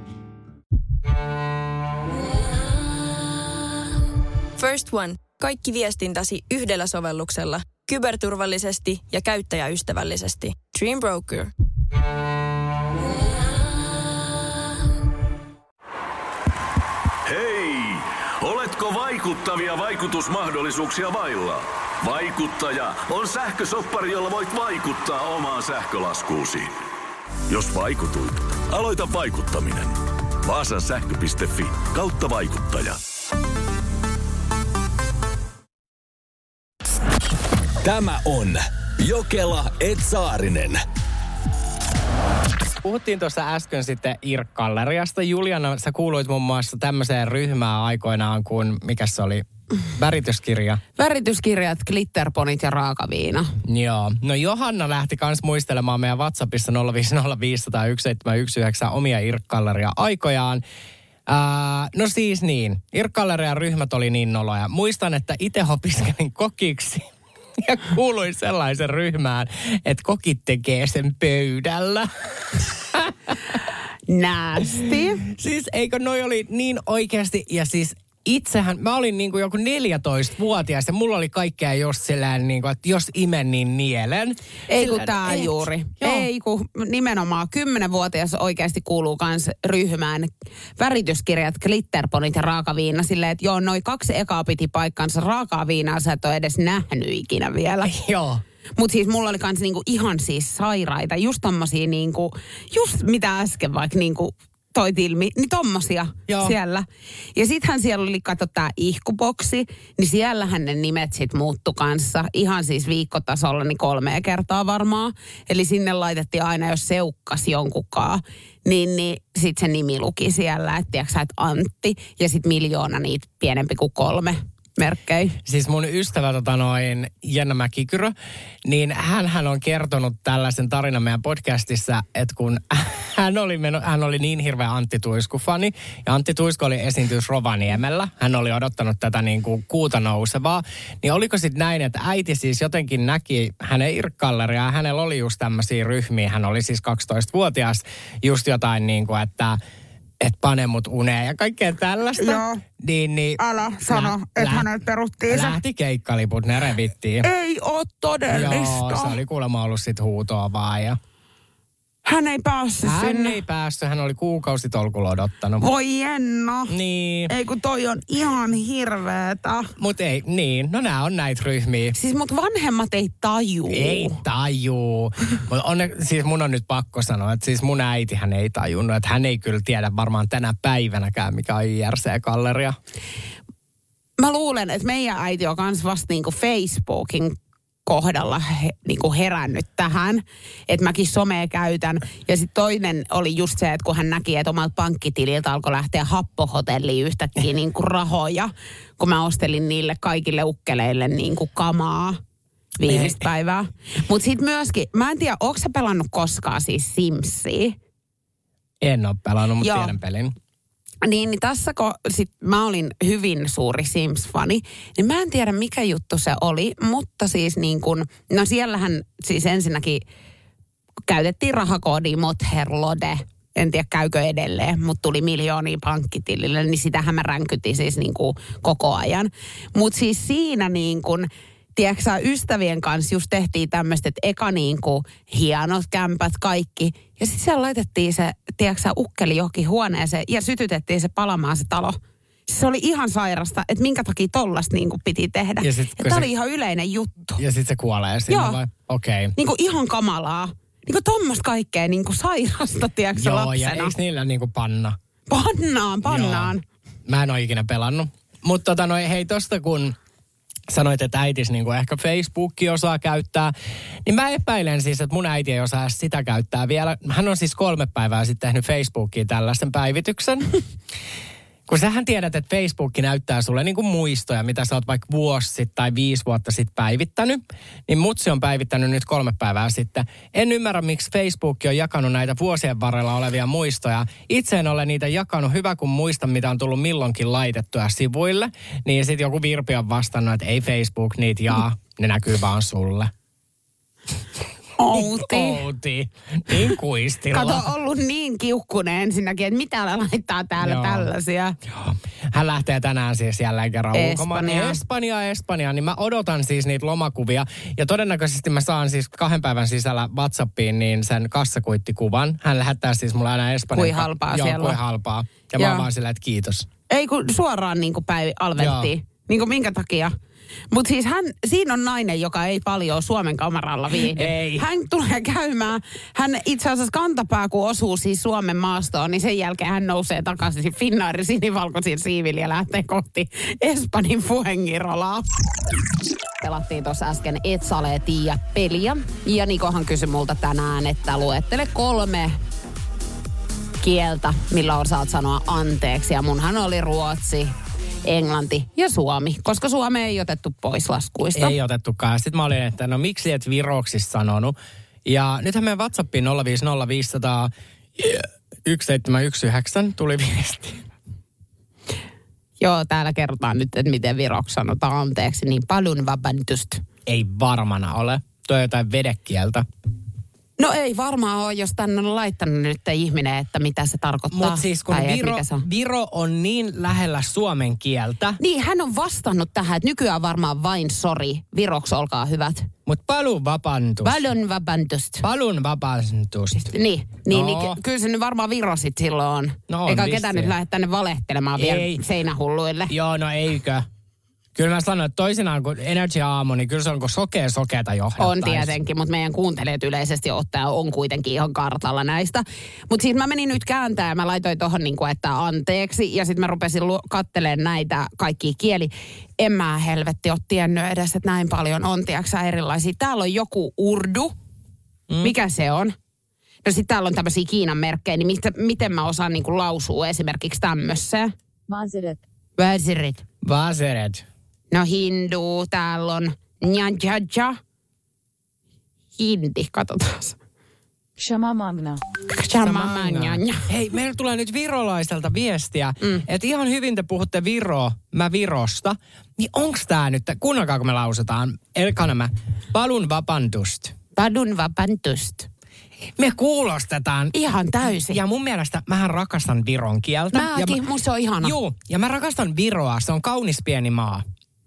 First One. Kaikki viestintäsi yhdellä sovelluksella. Kyberturvallisesti ja käyttäjäystävällisesti. Dream Broker. Hei! Oletko vaikuttavia vaikutusmahdollisuuksia vailla? Vaikuttaja on sähkösoppari, jolla voit vaikuttaa omaan sähkölaskuusi. Jos vaikutuit, aloita vaikuttaminen. Vaasan sähkö piste fi kautta vaikuttaja. Tämä on Jokela et Saarinen. Puhuttiin tuossa äsken sitten Irk-galleriasta. Juliana, sä kuuluit muun muassa tämmöiseen ryhmään aikoinaan kuin, mikä se oli, värityskirja. Värityskirjat, glitterponit ja raakaviina. Joo. No Johanna lähti kans muistelemaan meidän WhatsAppissa nolla viisi nolla viisi nolla yksi seitsemän yksi yhdeksän omia Irk-galleria aikojaan. Ää, no siis niin, Irk-gallerian ryhmät oli niin noloja. Muistan, että itse opiskelin kokiksi ja kuuluin sellaisen ryhmään, että kokit tekee sen pöydällä. Nasty. Siis eikö noi oli niin oikeasti, ja siis itsehän, mä olin niin kuin joku neljätoistavuotias ja mulla oli kaikkea just sellainen, niin kuin, että jos imen, niin nielen. Ei kun tää et, juuri. Joo. Ei kun nimenomaan kymmenvuotias oikeasti kuuluu kans ryhmään. Värityskirjat, glitterponit ja raakaviina silleen, että joo, noi kaksi ekaa piti paikkansa. Raakaa viinaa sä et ole edes nähnyt ikinä vielä. Joo. Mut siis mulla oli kans niinku ihan siis sairaita, just tommosia niinku, just mitä äsken vaikka niinku toit ilmi, niin tommosia Joo. siellä. Ja sittenhän siellä oli, kato tää ihkuboksi, niin siellähän ne nimet sit muuttu kanssa. Ihan siis viikkotasolla niin kolmea kertaa varmaan. Eli sinne laitettiin aina, jos seukkas jonkunkaan, niin, niin sit se nimi luki siellä, että tiiäksä, että Antti. Ja sit miljoona niitä pienempi kuin kolme merkkejä. Siis mun ystävä tota noin, Jenna Mäkikyrö, niin hänhän on kertonut tällaisen tarinan meidän podcastissa, että kun hän oli, meno, hän oli niin hirveä Antti Tuisku-fani, ja Antti Tuisku oli esiintys Rovaniemellä, hän oli odottanut tätä niin kuin kuuta nousevaa, niin oliko sitten näin, että äiti siis jotenkin näki hänen Irk-galleriaa, hänellä oli just tämmöisiä ryhmiä, hän oli siis kaksitoistavuotias, just jotain niin kuin, että että pane mut uneen ja kaikkea tällaista. Joo. Niin, niin, Älä sano, että hänet peruttiin se. Lähti keikkaliput, ne revittiin. Ei oo todellista. Joo, se oli kuulemma ollut sit huutoa vaan. Ja hän ei päässyt hän sinne. Hän ei päässyt, hän oli kuukausitolkulla odottanut. Voi Jenna. Niin. Ei kun toi on ihan hirveetä. Mut ei, niin, no nää on näitä ryhmiä. Siis mut vanhemmat ei tajuu. Ei tajuu. Mut on, siis mun on nyt pakko sanoa, että siis mun äitihän ei tajunnut, että hän ei kyllä tiedä varmaan tänä päivänäkään, mikä on I R C-galleria. Mä luulen, että meidän äiti on kans vasta niinku Facebookin kohdalla he, niin kuin herännyt tähän, että mäkin somea käytän. Ja sitten toinen oli just se, että kun hän näki, että omalta pankkitililtä alkoi lähteä happohotelliin yhtäkkiä niin kuin rahoja, kun mä ostelin niille kaikille ukkeleille niin kuin kamaa viimeistä päivää. Mutta sitten myöskin, mä en tiedä, ootko sä pelannut koskaan siis Simsia? En ole pelannut, mutta tiedän pelin. Niin, niin tässä kun sit mä olin hyvin suuri Sims-fani, niin mä en tiedä mikä juttu se oli, mutta siis niin kuin, no siellähän siis ensinnäkin käytettiin rahakoodia Motherlode, en tiedä käykö edelleen, mutta tuli miljoonia pankkitilille, niin sitähän mä ränkytin siis niin kuin koko ajan. Mutta siis siinä niin kuin, tiedätkö ystävien kanssa just tehtiin tämmöistä, että eka niin kuin hienot kämpät kaikki. Ja sitten siellä laitettiin se, tiedätkö ukkeli johonkin huoneeseen ja sytytettiin se palamaan se talo. Se oli ihan sairasta, että minkä takia tollasta niin kuin piti tehdä. Ja, sit, ja tämä se oli ihan yleinen juttu. Ja sitten se kuolee siinä vai? Okei. Okay. Niin kuin ihan kamalaa. Niin kuin tommoista kaikkea niin kuin sairasta, tiedätkö Joo, lapsena. Joo, ja eikö niillä niin kuin panna? Pannaan, pannaan. Joo. Mä en ole ikinä pelannut. Mutta tota noin, hei tosta kun sanoit, että äitis niin kuin ehkä Facebookia osaa käyttää, niin mä epäilen siis, että mun äiti ei osaa sitä käyttää vielä. Hän on siis kolme päivää sitten tehnyt Facebookiin tällaisen päivityksen. Kun sähän tiedät, että Facebook näyttää sulle niin kuin muistoja, mitä sä oot vaikka vuosi sitten tai viisi vuotta sitten päivittänyt, niin mutsi on päivittänyt nyt kolme päivää sitten. En ymmärrä, miksi Facebook on jakanut näitä vuosien varrella olevia muistoja. Itse en ole niitä jakanut. Hyvä, kun muistan, mitä on tullut milloinkin laitettua sivuille. Niin sitten joku Virpi on vastannut, että ei Facebook niitä jaa, ne näkyy vaan sulle. Outi. Outi. Niin kuistilla. Kato, ollut niin kiukkunen ensinnäkin, että mitä laittaa täällä Joo. tällaisia. Joo. Hän lähtee tänään siis jälleen kerran ulkomaan. Espanja, Espanja. Niin mä odotan siis niitä lomakuvia. Ja todennäköisesti mä saan siis kahden päivän sisällä WhatsAppiin niin sen kassakuittikuvan. Hän lähettää siis mulle aina Espanjan. Kui halpaa Joo, siellä. Kui halpaa. Ja Joo. mä oon vaan silleen, että kiitos. Ei kun suoraan niin kuin päivi alvettiin. Niin kuin minkä takia? Mutta siis hän, siinä on nainen, joka ei paljon Suomen kamaralla viihdy. Ei. Hän tulee käymään, hän itse asiassa kantapää, kun osuu siis Suomen maastoon, niin sen jälkeen hän nousee takaisin Finnairin sinivalkoisin siivillä ja lähtee kohti Espanjan Fuengirolaa. Pelattiin tuossa äsken Et Sale Tiia peliä. Ja Nikohan kysyi multa tänään, että luettele kolme kieltä, millä osaat sanoa anteeksi. Ja munhan oli ruotsi, englanti ja suomi, koska Suomi ei otettu pois laskuista. Ei otettukaan. Sitten mä olin, että no miksi et viroksi sanonut. Ja nythän meidän WhatsAppiin nolla viisi nolla viisi nolla nolla yksi seitsemän yksi yhdeksän tuli viesti. Joo, täällä kerrotaan nyt, että miten viroksi sanotaan anteeksi, niin paljon vabantusta. Ei varmana ole. Tuo on jotain vedekieltä. No ei varmaan ole, jos tänne on laittanut nyt ihminen, että mitä se tarkoittaa. Mutta siis kun Viro, on. Viro on niin lähellä suomen kieltä. Niin, hän on vastannut tähän, että nykyään varmaan vain sori. Viroksi, olkaa hyvät. Mutta palun vapantus. Palun vapantust. Palun vapantust. Niin, niin, no. niin kyllä se nyt varmaan Viro sit silloin on. No on eikä vissiin. ketään nyt lähde tänne valehtelemaan ei. vielä seinähulluille. Joo, no eikö. Kyllä mä sanon, että toisinaan kun Energy Aamu, niin kyllä se on kuin sokea sokeata johdattais. On tietenkin, mutta meidän kuuntelijat yleisesti ottaa on kuitenkin ihan kartalla näistä. Mutta siis mä menin nyt kääntää ja mä laitoin tuohon niin kuin, että anteeksi. Ja sitten mä rupesin lu- kattelemaan näitä kaikkia kieli. En mä helvetti ole tiennyt edes, että näin paljon on, tiiäksä, erilaisia. Täällä on joku urdu. Mm. Mikä se on? No sitten täällä on tämmöisiä Kiinan merkkejä, niin mistä, miten mä osaan niin kuin lausua esimerkiksi tämmössä? Vasiret. Vasiret. Vasiret. No hindu, täällä on njanjaja. Hindi, katsotaan. Shamamagna. Shamamagna. Hei, meillä tulee nyt virolaiselta viestiä, mm. että ihan hyvin te puhutte Viroa, mä Virosta. Niin onks tää nyt, kuunnelkaa kun me lausutaan, elkanamä, palun vapantust. Palun vapantust. Me kuulostetaan. Ihan täysin. Ja mun mielestä mähän rakastan Viron kieltä. Mäkin, ja mä, musta se on ihana. Juu, ja mä rakastan Viroa, se on kaunis pieni maa.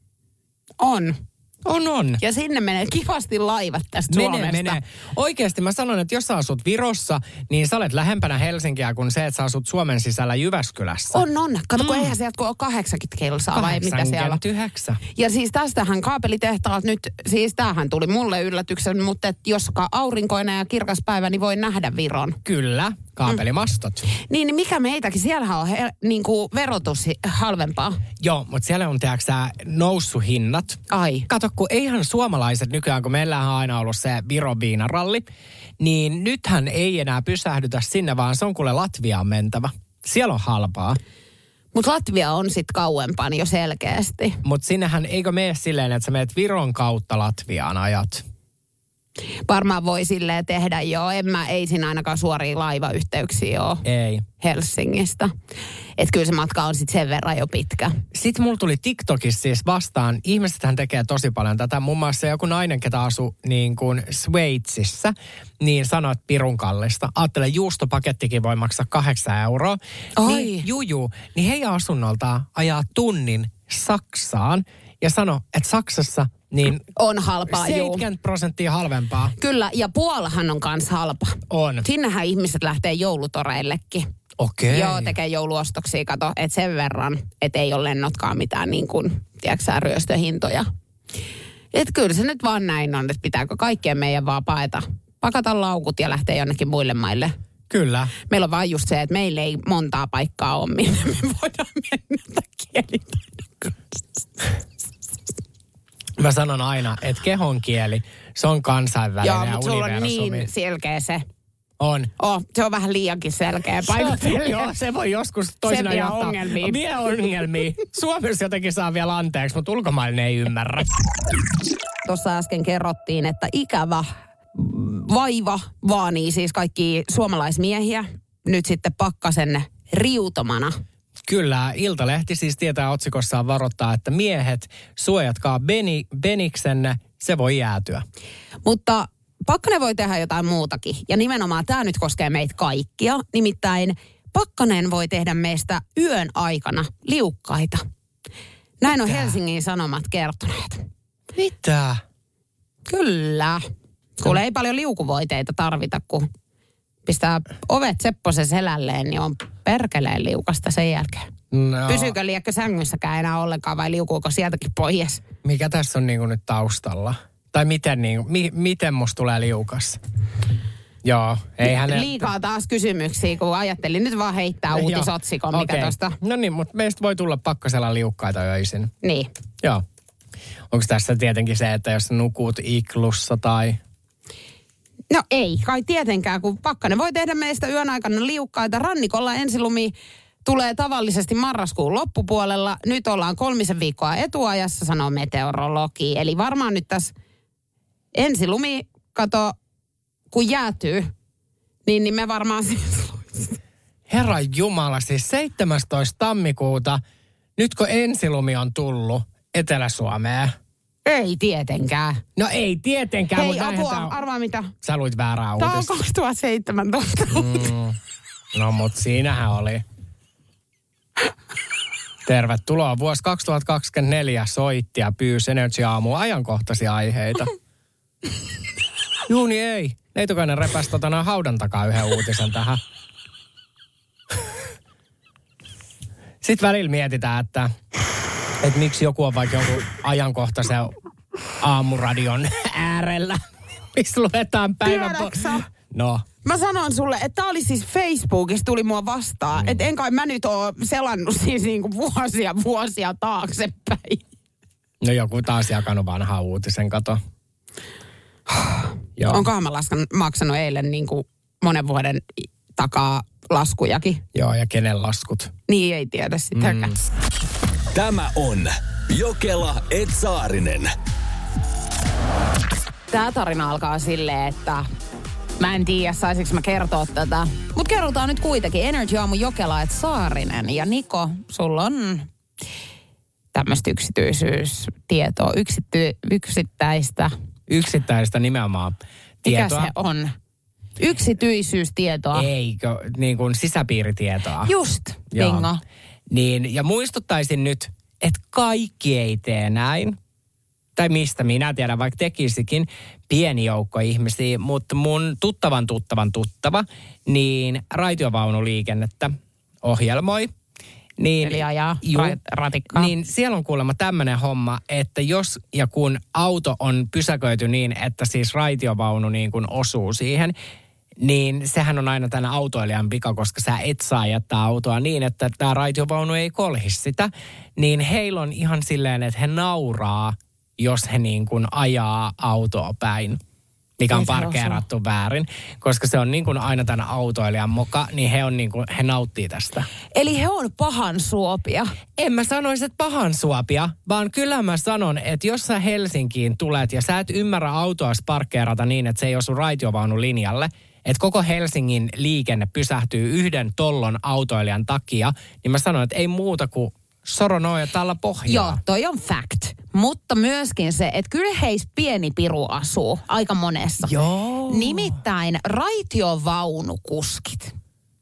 On. On, on. Ja sinne menee kivasti laivat tästä menee, Suomesta. Menee. Oikeasti mä sanon, että jos sä asut Virossa, niin sä olet lähempänä Helsinkiä kuin se, että sä asut Suomen sisällä Jyväskylässä. On, on. Kato, kun mm. eihän sieltä kun ole kahdeksankymmentä kilsaa vai mitä siellä on. yhdeksän. Ja siis tästähän kaapelitehtaat nyt, siis tämähän tuli mulle yllätyksen, mutta et jos aurinkoinen ja kirkas päivä, niin voi nähdä Viron. Kyllä, kaapelimastot. Mm. Niin, niin mikä meitäkin, siellähän on he, niin kuin verotus halvempaa. Joo, mutta siellä on, tiedätkö sä, noussut hinnat. Ai. Kato, kun eihän suomalaiset nykyään, kun meillähän on aina ollut se Viron viinaralli, niin nythän ei enää pysähdytä sinne, vaan se on kuule Latviaan mentävä. Siellä on halpaa. Mutta Latvia on sitten kauempaa jo selkeästi. Mutta sinnehän eikö mene silleen, että sä menet Viron kautta Latviaan ajat? Varmaan voi silleen tehdä, joo. En mä, ei siinä ainakaan suoria laivayhteyksiä ole. Ei. Helsingistä. Että kyllä se matka on sitten sen verran jo pitkä. Sitten mulla tuli TikTokissa siis vastaan, ihmisethän tekee tosi paljon tätä. Muun muassa joku nainen, ketä asuu niin kuin Sveitsissä, niin sanoi, että pirun kallista. Ajattele, juustopakettikin voi maksaa kahdeksan euroa. Oi. Niin, juju, niin heidän asunnoltaan ajaa tunnin Saksaan ja sano, että Saksassa niin on halpaa, seitsemänkymmentä prosenttia halvempaa. Kyllä, ja Puolahan on kans halpa. On. Sinnehän ihmiset lähtee joulutoreillekin. Okei. Joo, tekee jouluostoksia, kato, että sen verran, että ei ole lennotkaan mitään niin kuin, tiedätkö ryöstöhintoja. Että kyllä se nyt vaan näin on, että pitääkö kaikkien meidän vaan paeta, pakata laukut ja lähteä jonnekin muille maille. Kyllä. Meillä on vaan just se, että meillä ei montaa paikkaa ole, minne me voidaan mennä kielitaidon kanssa. Mä sanon aina, että kehon kieli, se on kansainvälinen joo, ja mutta sulla on universumi. niin selkeä se. On. Oh, se on vähän liiankin selkeä paikotella. Joo, se voi joskus toisinaan se vie johtaa. ongelmia. Vie ongelmia. Suomessa jotenkin saa vielä anteeksi, mutta ulkomaille ei ymmärrä. Tuossa äsken kerrottiin, että ikävä vaiva vaanii siis kaikki suomalaismiehiä. Nyt sitten Pakkasen riutomana. Kyllä, Iltalehti siis tietää otsikossaan varoittaa, että miehet, suojatkaa Beni, Beniksenne, se voi jäätyä. Mutta Pakkanen voi tehdä jotain muutakin. Ja nimenomaan tämä nyt koskee meitä kaikkia. Nimittäin Pakkanen voi tehdä meistä yön aikana liukkaita. Näin on Mitä? Helsingin Sanomat kertoneet. Mitä? Kyllä. Kuule, ei paljon liukuvoiteita tarvita, kun pistää ovet Sepposen selälleen, niin on perkeleen liukasta sen jälkeen. No. Pysyykö liekö sängyssäkään enää ollenkaan vai liukuuko sieltäkin pois? Mikä tässä on niinku nyt taustalla? Tai miten, niinku, mi, miten musta tulee liukas? Joo, ei hänen... Liikaa taas kysymyksiä, kun ajattelin nyt vaan heittää uutisotsikon, mikä okay. tosta. No niin, mutta meistä voi tulla Pakkasella liukkaita öisin. Niin. Joo. Onko tässä tietenkin se, että jos nukut iklussa tai... No ei, kai tietenkään, kun Pakkanen voi tehdä meistä yön aikana liukkaita. Rannikolla ensilumi tulee tavallisesti marraskuun loppupuolella. Nyt ollaan kolmisen viikkoa etuajassa, sanoo meteorologi. Eli varmaan nyt tässä ensilumi, kato, kun jäätyy, niin, niin me varmaan siis... Herran Jumala, siis seitsemästoista tammikuuta, nyt kun ensilumi on tullut Etelä-Suomeen. Ei tietenkään. No ei tietenkään. Hei, mutta apua, on... arvaa mitä. Sä luit väärää Tämä on uutista. kaksituhattaseitsemäntoista. Mm. No mut siinähän oli. Tervetuloa. Vuosi kaksituhattakaksikymmentäneljä soitti ja pyysi Energy Aamuun ajankohtaisia aiheita. Juuni ei. Neitokainen repäsi tota haudan takaa yhden uutisen tähän. Sitten välillä mietitään, että, että miksi joku on vaikka jonkun ajankohtaisen aamuradion äärellä, missä luetaan päivän... Tiedäksä? No. Mä sanon sulle, että tää oli siis Facebookissa tuli mua vastaan. Mm. Että en kai mä nyt oo selannut siis niinku vuosia vuosia taaksepäin. No joku taas jakanut vanhaa uutisen, kato. Joo. Onkohan mä laskan, maksanut eilen niinku monen vuoden takaa laskujakin? Joo, ja kenen laskut? Niin ei tiedä sitäkään. Mm. Tämä on Jokela et Saarinen. Tää tarina alkaa silleen, että mä en tiedä, saisinko mä kertoa tätä. Mut kerrotaan nyt kuitenkin. Energy Aamu Jokela et Saarinen. Ja Niko, sulla on tämmöistä yksityisyystietoa, yksity, yksittäistä. Yksittäistä nimenomaan tietoa. Mikä se on? Yksityisyystietoa. Eikö, niin kuin sisäpiiritietoa. Just, bingo. Niin, ja muistuttaisin nyt, että kaikki ei tee näin. Tai mistä minä tiedän, vaikka tekisikin pieni joukko ihmisiä, mutta mun tuttavan tuttavan tuttava, niin raitiovaunuliikennettä ohjelmoi. Niin, Eli ajaa juu, ratikkaa. Niin siellä on kuulemma tämmöinen homma, että jos ja kun auto on pysäköity niin, että siis raitiovaunu niin kuin osuu siihen, niin sehän on aina tänä autoilijan vika, koska sä et saa jättää autoa niin, että tämä raitiovaunu ei kolhi sitä. Niin heillä on ihan silleen, että he nauraa, jos he niin kuin ajaa autoa päin, mikä on parkeerattu väärin. Koska se on niin kuin aina tämän autoilijan moka, niin he, on niin kuin, he nauttii tästä. Eli he on pahan suopia. En mä sanoisi, että pahan suopia, vaan kyllä mä sanon, että jos sä Helsinkiin tulet ja sä et ymmärrä autoa parkkeerata niin, että se ei osu raitiovaunun linjalle, että koko Helsingin liikenne pysähtyy yhden tollon autoilijan takia, niin mä sanon, että ei muuta kuin soronoja tällä pohjaa. Joo, toi on fact. Mutta myöskin se, että kyllä heistä pieni piru asuu aika monessa. Joo. Nimittäin raitiovaunukuskit.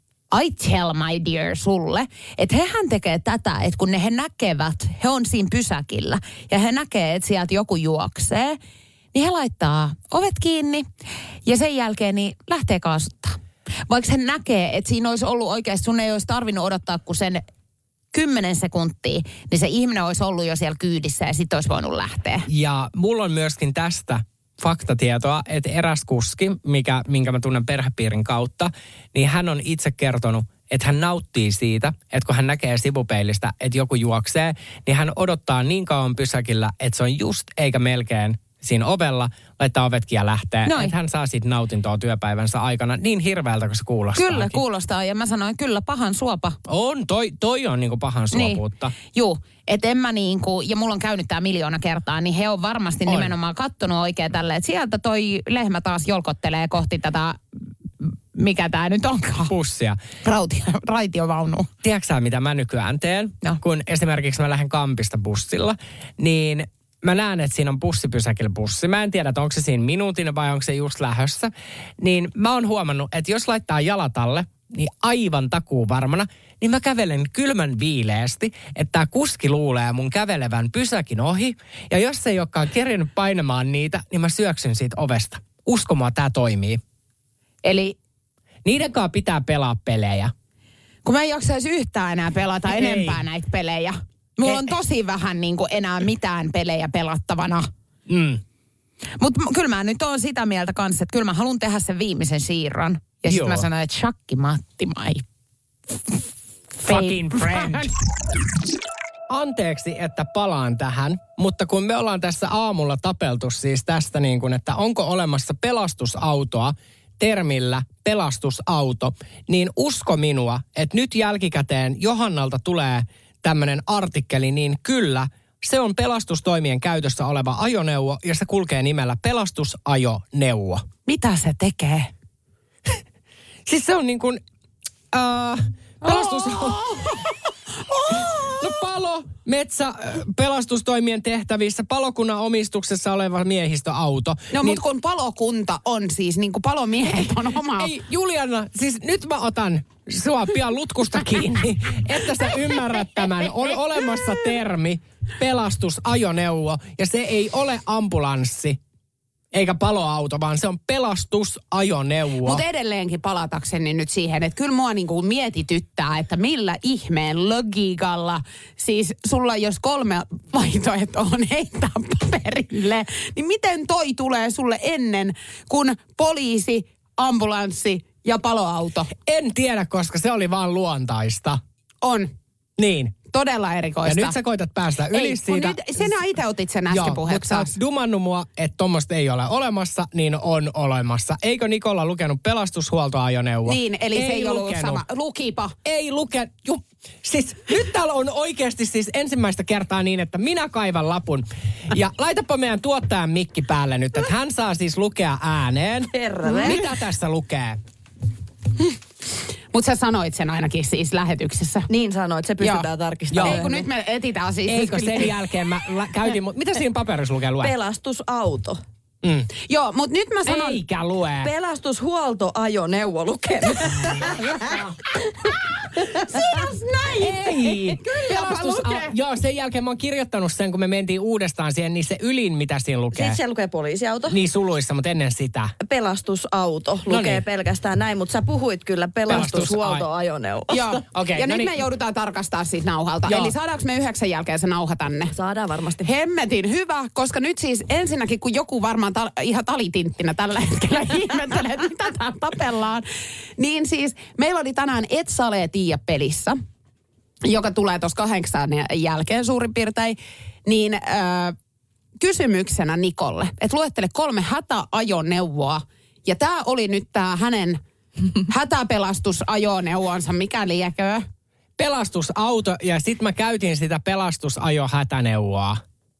I tell my dear sulle, että hehän tekee tätä, että kun ne he näkevät, he on siinä pysäkillä ja he näkee, että sieltä joku juoksee, niin he laittaa ovet kiinni ja sen jälkeen niin lähtee kaasuttaa. Vaikka he näkee, että siinä olisi ollut oikeasti, sun ei olisi tarvinnut odottaa kuin sen kymmenen sekuntia, niin se ihminen olisi ollut jo siellä kyydissä ja sitten olisi voinut lähteä. Ja mulla on myöskin tästä faktatietoa, että eräs kuski, mikä, minkä mä tunnen perhepiirin kautta, niin hän on itse kertonut, että hän nauttii siitä, että kun hän näkee sivupeilistä, että joku juoksee, niin hän odottaa niin kauan pysäkillä, että se on just eikä melkein siinä ovella, laittaa ovetkin ja lähtee. Noin. Että hän saa siitä nautintoa työpäivänsä aikana niin hirveältä, kun se kuulostaa. Kyllä, kuulostaa. Ja mä sanoin, kyllä pahan suopa. On, toi, toi on niinku pahan suopuutta. Niin. Juu, että en mä niinku, ja mulla on käynyt tää miljoona kertaa, niin he on varmasti on. nimenomaan kattonut oikein tälleen, että sieltä toi lehmä taas jolkottelee kohti tätä, mikä tää nyt onkaan. Bussia. Rautio, raitiovaunu. Tiedätkö sä, mitä mä nykyään teen? No. Kun esimerkiksi mä lähden Kampista bussilla, niin mä näen, että siinä on bussipysäkillä bussi. Mä en tiedä, että onko se siinä minuutin vai onko se just lähössä. Niin mä oon huomannut, että jos laittaa jalat alle, niin aivan takuu varmana, niin mä kävelen kylmän viileästi, että tää kuski luulee mun kävelevän pysäkin ohi. Ja jos se ei olekaan kerinyt painamaan niitä, niin mä syöksyn siitä ovesta. Usko mua, tää toimii. Eli niiden kanssa pitää pelaa pelejä. Kun mä en jaksaisi yhtään enää pelata ei. enempää näitä pelejä. Mulla ei. on tosi vähän niin kuin enää mitään pelejä pelattavana. Mm. Mutta kyllä mä nyt oon sitä mieltä kanssa, että kyllä mä haluan tehdä sen viimeisen siirron. Ja sitten mä sanoin, että Shakki Matti, my fucking friend. Anteeksi, että palaan tähän, mutta kun me ollaan tässä aamulla tapeltu siis tästä niin kuin, että onko olemassa pelastusautoa termillä pelastusauto, niin usko minua, että nyt jälkikäteen Johannalta tulee tämmöinen artikkeli, niin kyllä, se on pelastustoimien käytössä oleva ajoneuvo ja se kulkee nimellä pelastusajoneuvo. Mitä se tekee? Siis se on niin kuin, äh, pelastus... Oh! Oh! No palo, metsä, pelastustoimien tehtävissä, palokunnan omistuksessa oleva miehistöauto. No niin, mutta kun palokunta on siis, niin kuin palomiehet on oma... Ei, Juliana, siis nyt mä otan sua pian lutkusta kiinni, että sä ymmärrät tämän. On olemassa termi pelastusajoneuvo ja se ei ole ambulanssi. Eikä paloauto, vaan se on pelastusajoneuvo. Mutta edelleenkin palatakseni nyt siihen, että kyllä mua niinku mietityttää, että millä ihmeen logiikalla, siis sulla jos kolme vaihtoehtoa on heittää paperille, niin miten toi tulee sulle ennen kuin poliisi, ambulanssi ja paloauto? En tiedä, koska se oli vaan luontaista. On. Niin. Todella erikoista. Ja nyt sä koitat päästä yli ei, siitä. Nyt, sinä itse otit sen äsken puheeksi. Joo, mutta sä oot dumannut mua, että tommoista ei ole olemassa, niin on olemassa. Eikö Nikola lukenut pelastushuoltoajoneuvo? Niin, eli ei se ei ollut lukenut. sama. Lukipa. Ei luke. Ju, siis nyt täällä on oikeasti siis ensimmäistä kertaa niin, että minä kaivan lapun. Ja laitapa meidän tuottajan mikki päälle nyt, että hän saa siis lukea ääneen. Terve. Mitä tässä lukee? Mutta sä sanoit sen ainakin siis lähetyksessä. Niin sanoit, se pystytään Joo. tarkistamaan. Ei kun nyt me etitään siis. Eikö sen jälkeen mä la- käytin, mutta mitä siinä paperissa lukee lue? Pelastusauto. Mm. Joo, mutta nyt mä sanon... Eikä lue. Pelastushuoltoajoneuvo lukee. Sinos näin! Ei. Kylläpä lukee. Joo, sen jälkeen mä oon kirjoittanut sen, kun me mentiin uudestaan siihen, niin se ylin, mitä siinä lukee. Sitten siellä lukee poliisiauto. Niin suluissa, mutta ennen sitä. Pelastusauto lukee Noniin. pelkästään näin, mutta sä puhuit kyllä pelastushuoltoajoneuvo. Joo, Okei, ja no nyt niin. me joudutaan tarkastaa siitä nauhalta. Joo. Eli saadaanko me yhdeksän jälkeen se nauha tänne? Saadaan varmasti. Hemmetin hyvä, koska nyt siis ensinnäkin, kun joku varmaan ta- ihan talitinttinä tällä hetkellä ihmettelee, että mitä täällä tapellaan, niin siis meillä oli tänään Et sä ole Tiia pelissä, joka tulee tuossa kahdeksan jälkeen suurin piirtein, niin äh, kysymyksenä Nikolle, että luettele kolme hätäajoneuvoa, ja tämä oli nyt tämä hänen hätäpelastusajoneuvonsa, mikä lieköö? Pelastusauto, ja sit mä käytin sitä pelastusajohätäneuvoa.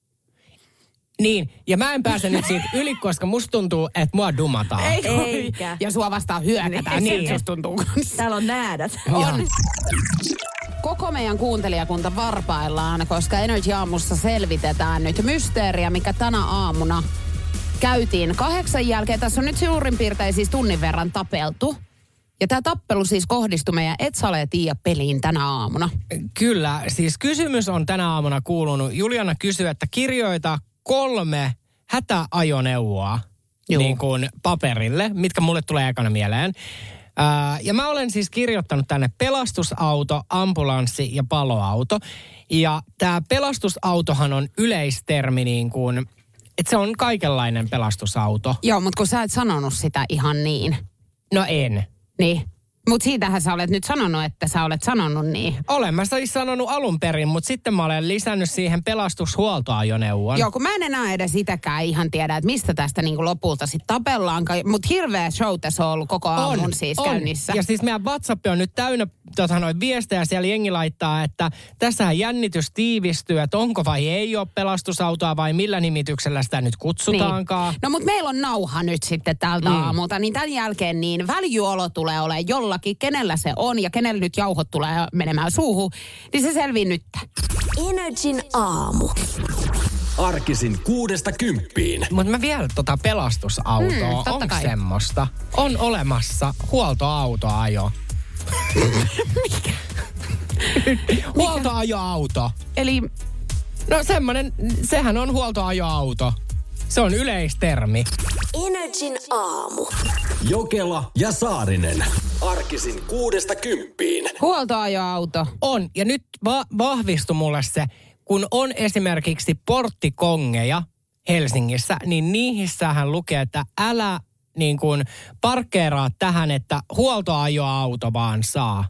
Niin, ja mä en pääse nyt siitä yli, koska musta tuntuu, että mua dumataan. Ei, Eikä. ja sua vastaan hyökätään, Niin. niin susta tuntuu kanssa. Täällä on näädät. On. Koko meidän kuuntelijakunta varpaillaan, koska Energy Aamussa selvitetään nyt mysteeriä, mikä tänä aamuna käytiin kahdeksan jälkeen. Tässä on nyt suurin piirtein siis tunnin verran tapeltu. Ja tämä tappelu siis kohdistui meidän Et sä ole Tiia peliin tänä aamuna. Kyllä, siis kysymys on tänä aamuna kuulunut. Juliana kysyy, että kirjoita kolme hätäajoneuvoa niin kuin paperille, mitkä mulle tulee ekana mieleen. Ää, ja mä olen siis kirjoittanut tänne pelastusauto, ambulanssi ja paloauto. Ja tämä pelastusautohan on yleistermi niin kuin, että se on kaikenlainen pelastusauto. Joo, mutta kun sä et sanonut sitä ihan niin. No en. Niin. Mutta siitähän sä olet nyt sanonut, että sä olet sanonut niin. Olen mä siis sanonut alun perin, mutta sitten mä olen lisännyt siihen pelastushuoltoajoneuvon. Joo, kun mä en enää edes sitäkään ihan tiedä, että mistä tästä niinku lopulta sitten tapellaan. Mutta hirveä show tässä on ollut koko aamun siis on. käynnissä. Ja siis meidän WhatsApp on nyt täynnä tota, noin viestejä. Siellä jengi laittaa, että tässähän jännitys tiivistyy, että onko vai ei ole pelastusautoa vai millä nimityksellä sitä nyt kutsutaankaan. Niin. No mutta meillä on nauha nyt sitten tältä mm. aamulta, niin tämän jälkeen niin väljyolo tulee olemaan jollakin, kenellä se on ja kenellä nyt jauhot tulee menemään suuhun, niin se selvii nyt. Energin aamu. Arkisin kuudesta kymppiin. Mutta mä vielä tota pelastusautoa, Mm, mm, totta onko kai. semmoista? On olemassa huoltoautoajo. Mikä? Huoltoajoauto. Eli No semmonen, sehän on huoltoajoauto. Se on yleistermi. Energin aamu. Jokela ja Saarinen. Arkisin kuudesta kymppiin. huoltoajoauto. On, ja nyt va- vahvistui mulle se, kun on esimerkiksi porttikongeja Helsingissä, niin niihissähän lukee, että älä niin kuin parkkeeraa tähän, että huoltoajoauto vaan saa.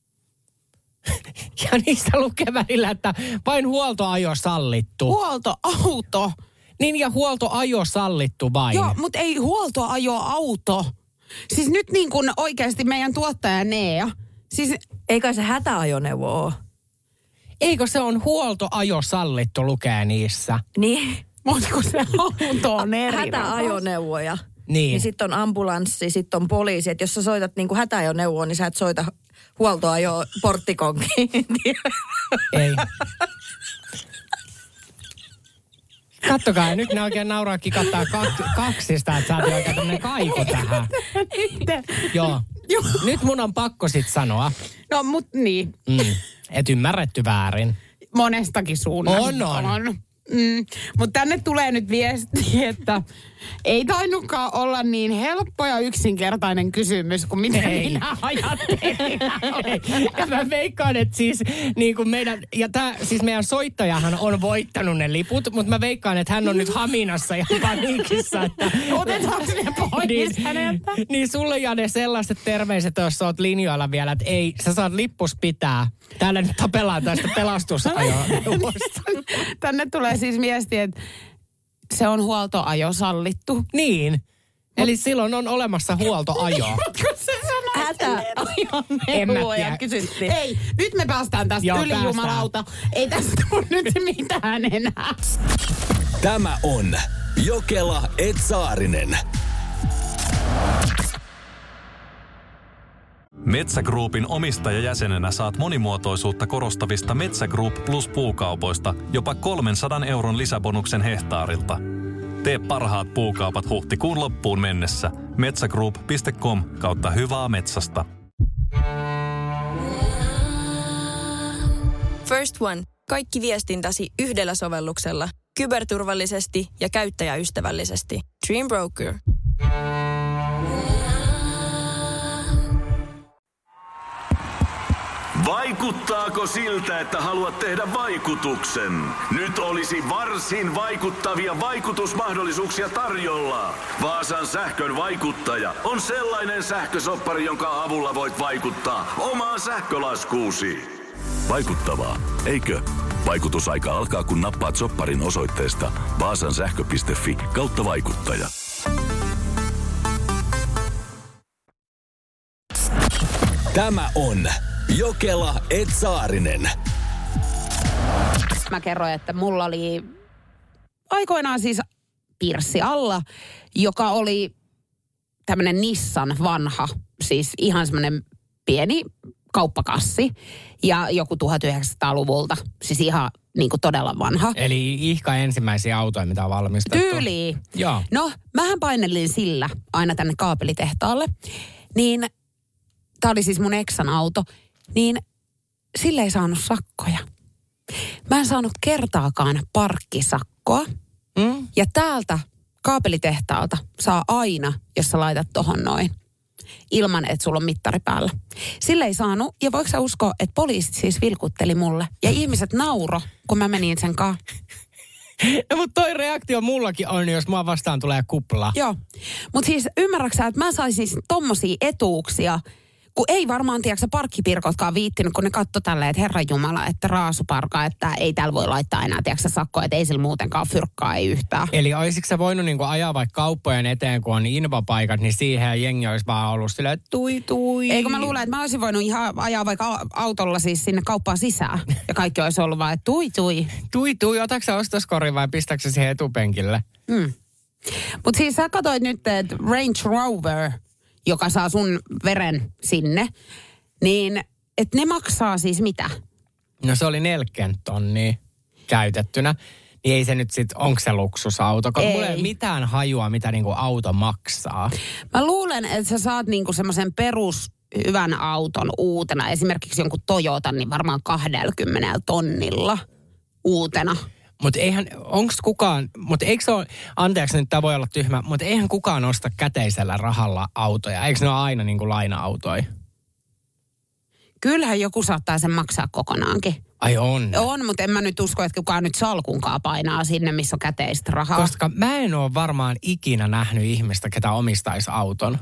Ja niissä lukee välillä, että vain huoltoajo sallittu. Huoltoauto. Niin ja huoltoajo sallittu vain. Joo, mutta ei huoltoajoauto. Siis nyt niin kuin oikeasti meidän tuottaja Nea. Siis Eikä se hätäajoneuvo ole. Eikö se on huoltoajo sallittu lukee niissä? Niin. mutta kun se auto on eri. Hätäajoneuvoja. Niin. Niin sitten on ambulanssi, sitten on poliisi. Että jos sä soitat niinku hätäajoneuvoon, niin sä et soita huoltoajo porttikonkiin. Ei. Kattokaa, nyt ne oikein nauraa kikattaa kak- kaksista, että saatiin oikein tämmönen kaiku tähän. Joo. Joo. Nyt mun on pakko sit sanoa. No, mut niin. Mm. Et ymmärretty väärin. Monestakin suunnasta. On, on. on. Mm. Mutta tänne tulee nyt viesti, että ei tainnutkaan olla niin helppo ja yksinkertainen kysymys kuin mitä Ei. minä ajattelin. Ja mä veikkaan, että siis niin kuin meidän, ja tää, siis meidän soittajahan on voittanut ne liput, mutta mä veikkaan, että hän on nyt haminassa ja paniikissa, että... Otetaanko ne pois niin, häneltä? niin sulle Jane sellaiset terveiset, jos sä oot linjoilla vielä, että ei, sä saat lippus pitää. Täällä nyt tapellaan tästä pelastusajoneuvosta. Tänne tulee siis viesti, että se on huoltoajo sallittu. Niin. Eli silloin on olemassa huoltoajo. Kun se sanoo Hätäajon En mä neuvoja tiedä. kysyttiin. Ei, nyt me päästään tästä Joo, yli, päästään. jumalauta. Ei tästä ole nyt mitään enää. Tämä on Jokela et Saarinen. Metsä Groupin omistajajäsenenä saat monimuotoisuutta korostavista Metsä Group Plus puukaupoista jopa kolmensadan euron lisäbonuksen hehtaarilta. Tee parhaat puukaupat huhtikuun loppuun mennessä. metsägroup piste com kautta hyvää metsästä. First One. Kaikki viestintäsi yhdellä sovelluksella. Kyberturvallisesti ja käyttäjäystävällisesti. Dream Broker. Vaikuttaako siltä, että haluat tehdä vaikutuksen? Nyt olisi varsin vaikuttavia vaikutusmahdollisuuksia tarjolla. Vaasan sähkön vaikuttaja on sellainen sähkösoppari, jonka avulla voit vaikuttaa omaan sähkölaskuusi. Vaikuttavaa, eikö? Vaikutusaika alkaa, kun nappaat sopparin osoitteesta vaasansähkö piste fi kautta vaikuttaja. Tämä on Jokela et Saarinen. Mä kerroin, että mulla oli aikoinaan siis pirssi alla, joka oli tämmönen Nissan vanha, siis ihan semmoinen pieni kauppakassi ja joku tuhatyhdeksänsataaluvulta, siis ihan niin kuin todella vanha. Eli ihka ensimmäisiä autoja, mitä on valmistettu. Tyyliin. Joo. No, mähän painelin sillä aina tänne kaapelitehtaalle, niin tää oli siis mun eksan auto, niin sille ei saanut sakkoja. Mä en saanut kertaakaan parkkisakkoa. Mm? Ja täältä kaapelitehtaalta saa aina, jos sä laitat tohon noin, ilman että sulla on mittari päällä. Sille ei saanut, ja voiko sä uskoa, että poliisit siis vilkutteli mulle. Ja ihmiset nauro, kun mä menin sen kaa. No, mutta toi reaktio mullakin on, jos mua vastaan tulee kupla. Joo. Mutta siis ymmärräksä, että mä saisin siis tommosia etuuksia, kun ei varmaan, tiedätkö, parkkipirkotkaan viittinyt, kun ne katto tälleen, että herranjumala, että raasuparka, että ei täällä voi laittaa enää, tiedätkö, sakkoa, että ei sillä muutenkaan fyrkkaa, ei yhtään. Eli olisitko sä voinut niinku ajaa vaikka kauppojen eteen, kun on invapaikat, niin siihen jengi olisi vaan ollut silleen, että tui tui. Ei, kun mä luulen, että mä olisin voinut ihan ajaa vaikka autolla siis sinne kauppaan sisään. Ja kaikki olisi ollut vaan, että tui tui. Tui tui, otatko sä ostoskorin vai pistätkö sä siihen etupenkille? Mm. Mutta siis sä katsoit nyt, että Range Rover, joka saa sun veren sinne, niin että ne maksaa siis mitä? No se oli neljäkymmentä tonnia käytettynä. Niin ei se nyt sit, onko se luksusauto? Kun mulla ei ole mitään hajua, mitä niinku auto maksaa. Mä luulen, että sä saat niinku semmoisen perus hyvän auton uutena. Esimerkiksi jonkun Toyotan, niin varmaan kaksikymmentä tonnilla uutena. Mutta eihän, onks kukaan, mutta eikö se ole, anteeksi nyt tämä voi olla tyhmä, mutta eihän kukaan osta käteisellä rahalla autoja. Eikö ne ole aina niinku laina-autoja? Kyllähän joku saattaa sen maksaa kokonaankin. Ai on. On, mutta en mä nyt usko, että kukaan nyt salkunkaan painaa sinne, missä on käteistä rahaa. Koska mä en ole varmaan ikinä nähnyt ihmistä, ketä omistaisi auton.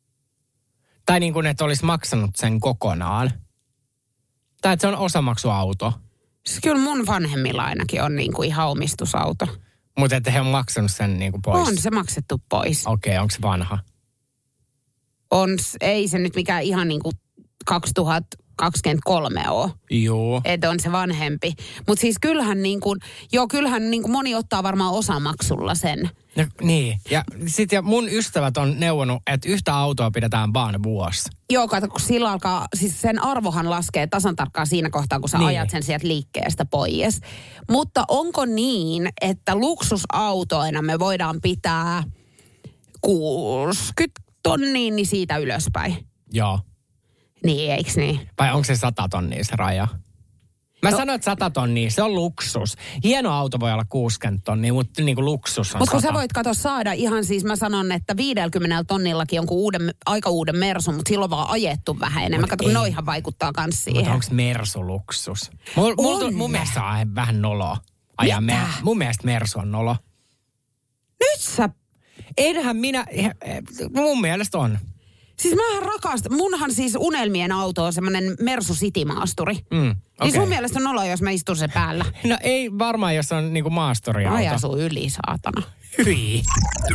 Tai niin kuin, että olisi maksanut sen kokonaan. Tai että se on osamaksuauto. Siis kyllä mun vanhemmilla ainakin on niin kuin ihan omistusauto. Mutta että he on maksanut sen niin kuin pois. On se maksettu pois. Okei, okay, onko se vanha? On, ei se nyt mikään ihan niin kuin kaksituhatta kaksikymmentäkolme ole. Joo. Että on se vanhempi. Mutta siis kyllähän niin kuin, joo kyllähän niin kuin moni ottaa varmaan osamaksulla sen. No, niin. Ja sit ja mun ystävät on neuvonut, että yhtä autoa pidetään vaan vuosi. Joo, kato, kun sillä alkaa, siis sen arvohan laskee tasan tarkkaan siinä kohtaa, kun sä niin. ajat sen sieltä liikkeestä pois. Mutta onko niin, että luksusautoina me voidaan pitää kuusikymmentä tonnia niin siitä ylöspäin? Joo. Niin, eiks niin? Vai onko se sata tonnia se raja? Mä no. sanoin, että sata tonnia, se on luksus. Hieno auto voi olla kuusikymmentä tonnia, mutta niin kuin luksus on Mutta kun sata. sä voit kato saada ihan siis, mä sanon, että viidelläkymmenellä tonnillakin jonkun uuden, aika uuden Mersun, mutta silloin vaan ajettu vähän enemmän. Kato, kun noihan vaikuttaa kans siihen. Mutta onko Mersu luksus? Mul, mul, mun mielestä on vähän noloa. Ajaa me, mun mielestä Mersu on nolo. Nyt sä... Enhän minä, mun mielestä on. Siis mähän rakastan, munhan siis unelmien auto on semmoinen Mersu City-maasturi. Mm, okay. Niin sun mielestä on olo, jos mä istun se päällä. No ei varmaan, jos on niinku maasturiauto. Aja sun yli, saatana. Hyi.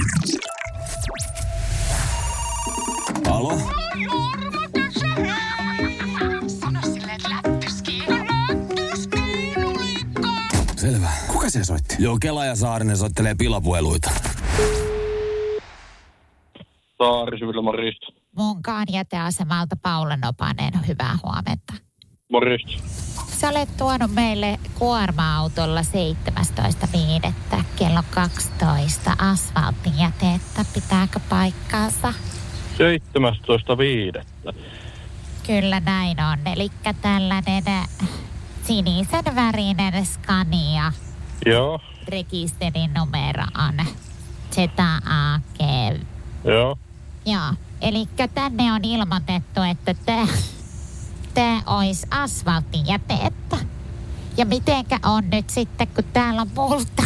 Alo? Selvä. Kuka se soitti? Joo, Kela ja Saarinen soittelee pilapueluita. Saari, morjesta. Munkaan jäteasemalta Paula Nopanen, hyvää huomenta. Morjesta. Sä olet tuonut meille kuorma-autolla seitsemästoista viidettä kello kaksitoista asfalttijätettä. Pitääkö paikkaansa? seitsemästoista viidettä Kyllä näin on. Eli tällainen sinisen värinen Scania. Joo. Rekisterin numero on Z A G. Joo. Joo. Eli tänne on ilmoitettu, että tämä tää olisi asfalttijätettä. Ja mitenkä on nyt sitten, kun täällä on multa.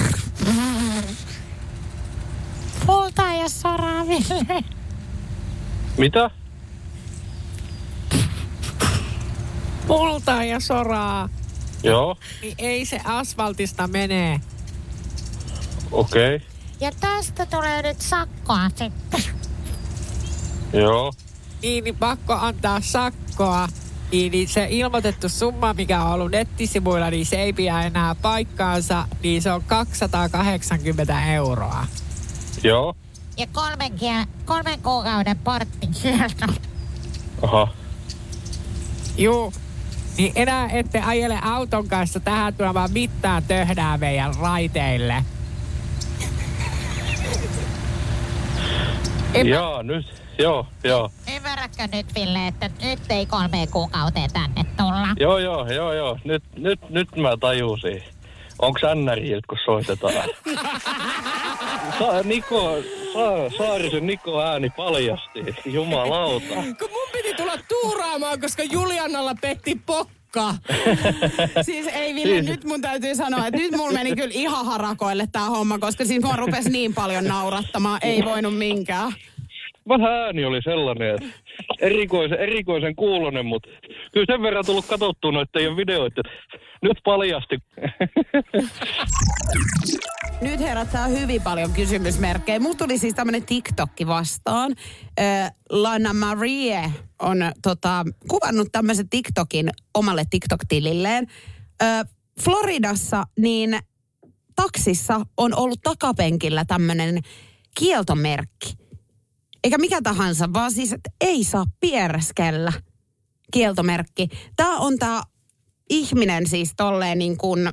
Multa ja soraville. Mitä? Multaa ja soraa. Joo. Niin ei se asfaltista mene. Okei. Okay. Ja tästä tulee nyt sakkoa sitten. Joo. Niin, niin pakko antaa sakkoa. Niin, niin se ilmoitettu summa, mikä on ollut nettisivuilla, niin se ei pidä enää paikkaansa. Niin se on kaksisataakahdeksankymmentä euroa. Joo. Ja kolmen, kiel- kolmen kuukauden porttikielto. Aha. Juu. Niin enää ette ajele auton kanssa tähän tuomaan mitään töhdää meidän raiteille. Joo, nyt. Joo, joo. Ymmärrätkö nyt, Ville, että nyt ei kolmeen kuukauteen tänne tulla? Joo, joo, joo, joo. Nyt, nyt, nyt mä tajusin. Onks N-riltä, kun soitetaan? Sa- Niko, Sa- Saarisen Niko ääni paljasti. Jumalauta. Kun mun piti tulla tuuraamaan, koska Juliannalla petti pokka. Siis ei Ville, siis... nyt mun täytyy sanoa, että nyt mulla meni kyllä ihan harakoille tää homma, koska siis mua rupesi niin paljon naurattamaan, ei voinut minkään. Vähän ääni oli sellainen, että erikoisen, erikoisen kuulonen, mutta kyllä sen verran tullut katsottua noita teidän videoita, että nyt paljasti. Nyt herättää hyvin paljon kysymysmerkkejä. Mulla tuli siis tämmönen TikTokki vastaan. Äh, Lana Marie on tota, kuvannut tämmöisen TikTokin omalle TikTok-tililleen. Äh, Floridassa niin taksissa on ollut takapenkillä tämmöinen kieltomerkki. Eikä mikä tahansa, vaan siis, että ei saa piereskellä kieltomerkki. Tää on tää ihminen siis tolleen niin kuin,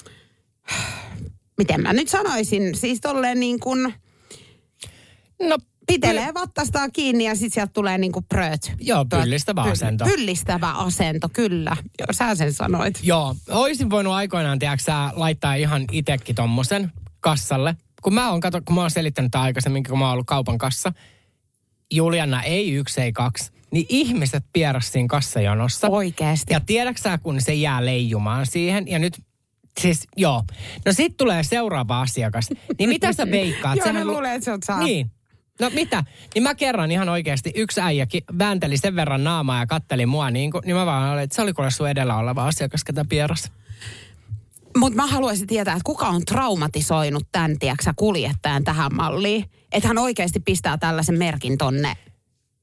miten mä nyt sanoisin, siis tolleen niin kuin, no, pitelee vattastaan kiinni ja sit sieltä tulee niin kuin prööt. Joo, pyllistävä Pyll- asento. Pyllistävä asento, kyllä. Joo, sä sen sanoit. Joo, oisin voinut aikoinaan, tiedätkö sä, laittaa ihan itekin tommosen kassalle. Kun mä oon, kato, kun mä oon selittänyt tämän aikaisemmin, kun mä oon ollut kaupan kassa. Juliana, ei yksi, ei kaksi. Niin ihmiset pieras siinä kassajonossa. Oikeesti. Ja tiedätkö sä, kun se jää leijumaan siihen. Ja nyt, siis joo. No sit tulee seuraava asiakas. Niin mitä sä veikkaat? Joo, ne luulee, että se on saa. Niin. No mitä? Niin mä kerran ihan oikeasti yksi äijäkin väänteli sen verran naamaa ja katteli mua niin kuin, niin mä vaan olin, että se oli kuule sun edellä oleva asiakas, ketä pieras. Mutta mä haluaisin tietää, että kuka on traumatisoinut tämän, tiiäksä, kuljettajan tähän malliin. Että hän oikeasti pistää tällaisen merkin tonne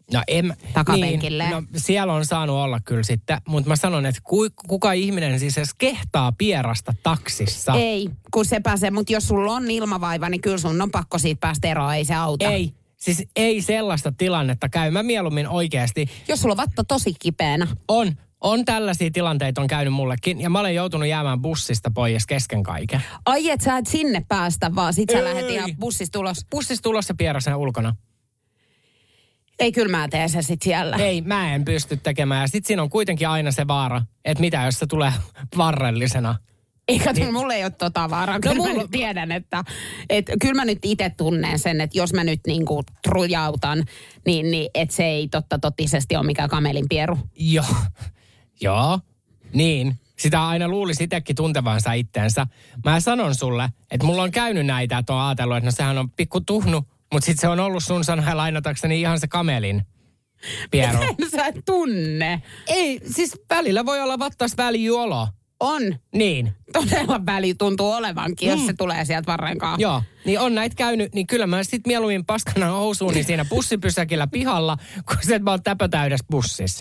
No en, takapenkille. Niin, no siellä on saanut olla kyllä sitten, mutta mä sanon, että ku, kuka ihminen siis edes kehtaa pierasta taksissa? Ei, kun se pääsee, mutta jos sulla on ilmavaiva, niin kyllä sun on pakko siitä päästä eroon, ei se auta. Ei, siis ei sellaista tilannetta käy. Mä mieluummin oikeasti. Jos sulla on vatta tosi kipeänä. On. On tällaisia tilanteita on käynyt mullekin, ja mä olen joutunut jäämään bussista pois kesken kaiken. Ai et sä et sinne päästä, vaan sit sä lähdet ihan bussista ulos. Bussista ulos ja pieräsen ulkona. Ei, kyllä mä teen se sit siellä. Ei, mä en pysty tekemään. Ja sit siinä on kuitenkin aina se vaara, että mitä jos se tulee varrellisena. Ei, kato, niin. Mulla ei ole tota vaaraa. Kyllä no, mulla... mä nyt tiedän, että, että kyllä mä nyt itse tunnen sen, että jos mä nyt niinku trujautan, niin, niin että se ei totta totisesti ole mikään kamelin pieru. Joo, joo, niin. Sitä aina luulisi itsekin tuntevansa itteensä. Mä sanon sulle, että mulla on käynyt näitä, että on ajatellut, että no sehän on pikku tuhnu, mutta sitten se on ollut sun sanoja lainatakseni ihan se kamelin pieru. Miten sä et tunne? Ei, siis välillä voi olla vattas välijuolo. On. Niin. Todella väli tuntuu olevankin, mm. jos se tulee sieltä varrenkaan. Joo, niin on näitä käynyt, niin kyllä mä sit mieluummin paskana housuuni siinä bussipysäkillä pihalla, kun se, että mä oon täpötäydessä bussissa.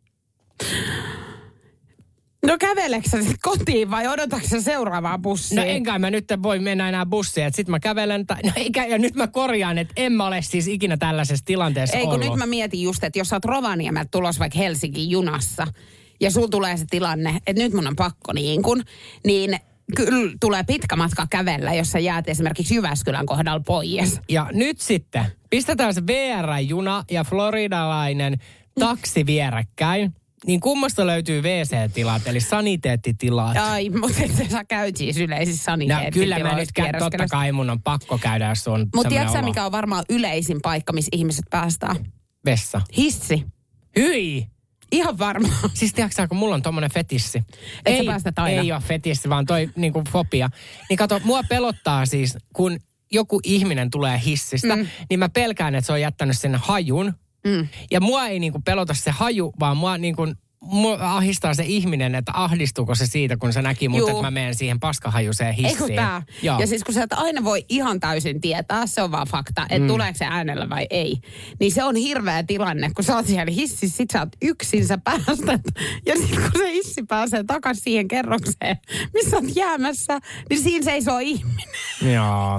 No käveleksä sä sitten kotiin vai odotatko sä seuraavaa bussia? No enkä mä nyt voi mennä enää bussiin, että sit mä kävelen, tai, no eikä, ja nyt mä korjaan, että en mä ole siis ikinä tällaisessa tilanteessa Ei kun ollut. nyt mä mietin just, että jos sä oot Rovaniemeltä tulossa vaikka Helsingin junassa, ja sulla tulee se tilanne, että nyt mun on pakko niin kun, niin kyllä tulee pitkä matka kävellä, jos sä jäät esimerkiksi Jyväskylän kohdalla pois. Ja nyt sitten pistetään se V R-juna ja floridalainen taksi vierekkäin. Niin kummasta löytyy W C-tilat, eli saniteettitilat. Ai, mutta et sä käyt siis yleisissä saniteettitiloissa. No kyllä mä nyt käyn, totta kai mun on pakko käydä, jos on Mutta tiedätkö mikä on varmaan yleisin paikka, missä ihmiset päästään? Vessa. Hissi. Hyi! Ihan varmaan. Siis tiedätkö kun mulla on tommonen fetissi. Et ei, sä päästä aina. Ei ole fetissi, vaan toi niinku fobia. Niin kato, mua pelottaa siis, kun joku ihminen tulee hissistä, mm. niin mä pelkään, että se on jättänyt sen hajun. Mm. Ja mua ei niinku pelota se haju, vaan mua niinku, mua ahdistaa se ihminen, että ahdistuuko se siitä, kun se näki mut, että mä menen siihen paskahajuiseen hissiin. Eikö tää? Joo. Ja siis kun sä et aina voi ihan täysin tietää, se on vaan fakta, että mm. tuleeko se äänellä vai ei. Niin se on hirveä tilanne, kun sä oot siellä hississä, sit sä oot yksin, sä päästät. Ja sit kun se hissi pääsee takaisin siihen kerrokseen, missä oot jäämässä, niin siinä seisoo ihminen. Joo.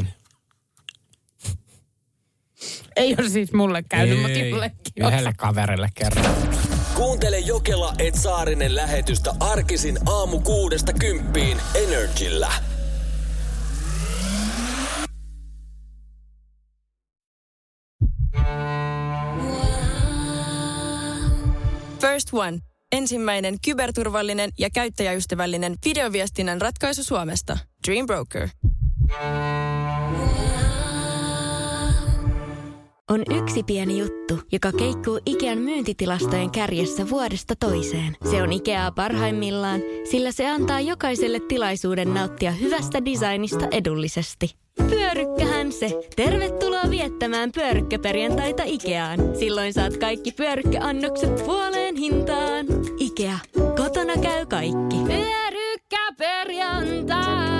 Ei ole siis mulle käynyt, mutta jollekin yhdelle kaverille kerran. Kuuntele Jokela et Saarinen lähetystä arkisin aamu kuudesta kymppiin Energillä. First One. Ensimmäinen kyberturvallinen ja käyttäjäystävällinen videoviestinnän ratkaisu Suomesta. Dream Broker. On yksi pieni juttu, joka keikkuu Ikean myyntitilastojen kärjessä vuodesta toiseen. Se on Ikeaa parhaimmillaan, sillä se antaa jokaiselle tilaisuuden nauttia hyvästä designista edullisesti. Pyörykkähän se! Tervetuloa viettämään pyörykkäperjantaita Ikeaan. Silloin saat kaikki pyörykkäannokset puoleen hintaan. Ikea. Kotona käy kaikki. Pyörykkäperjantai!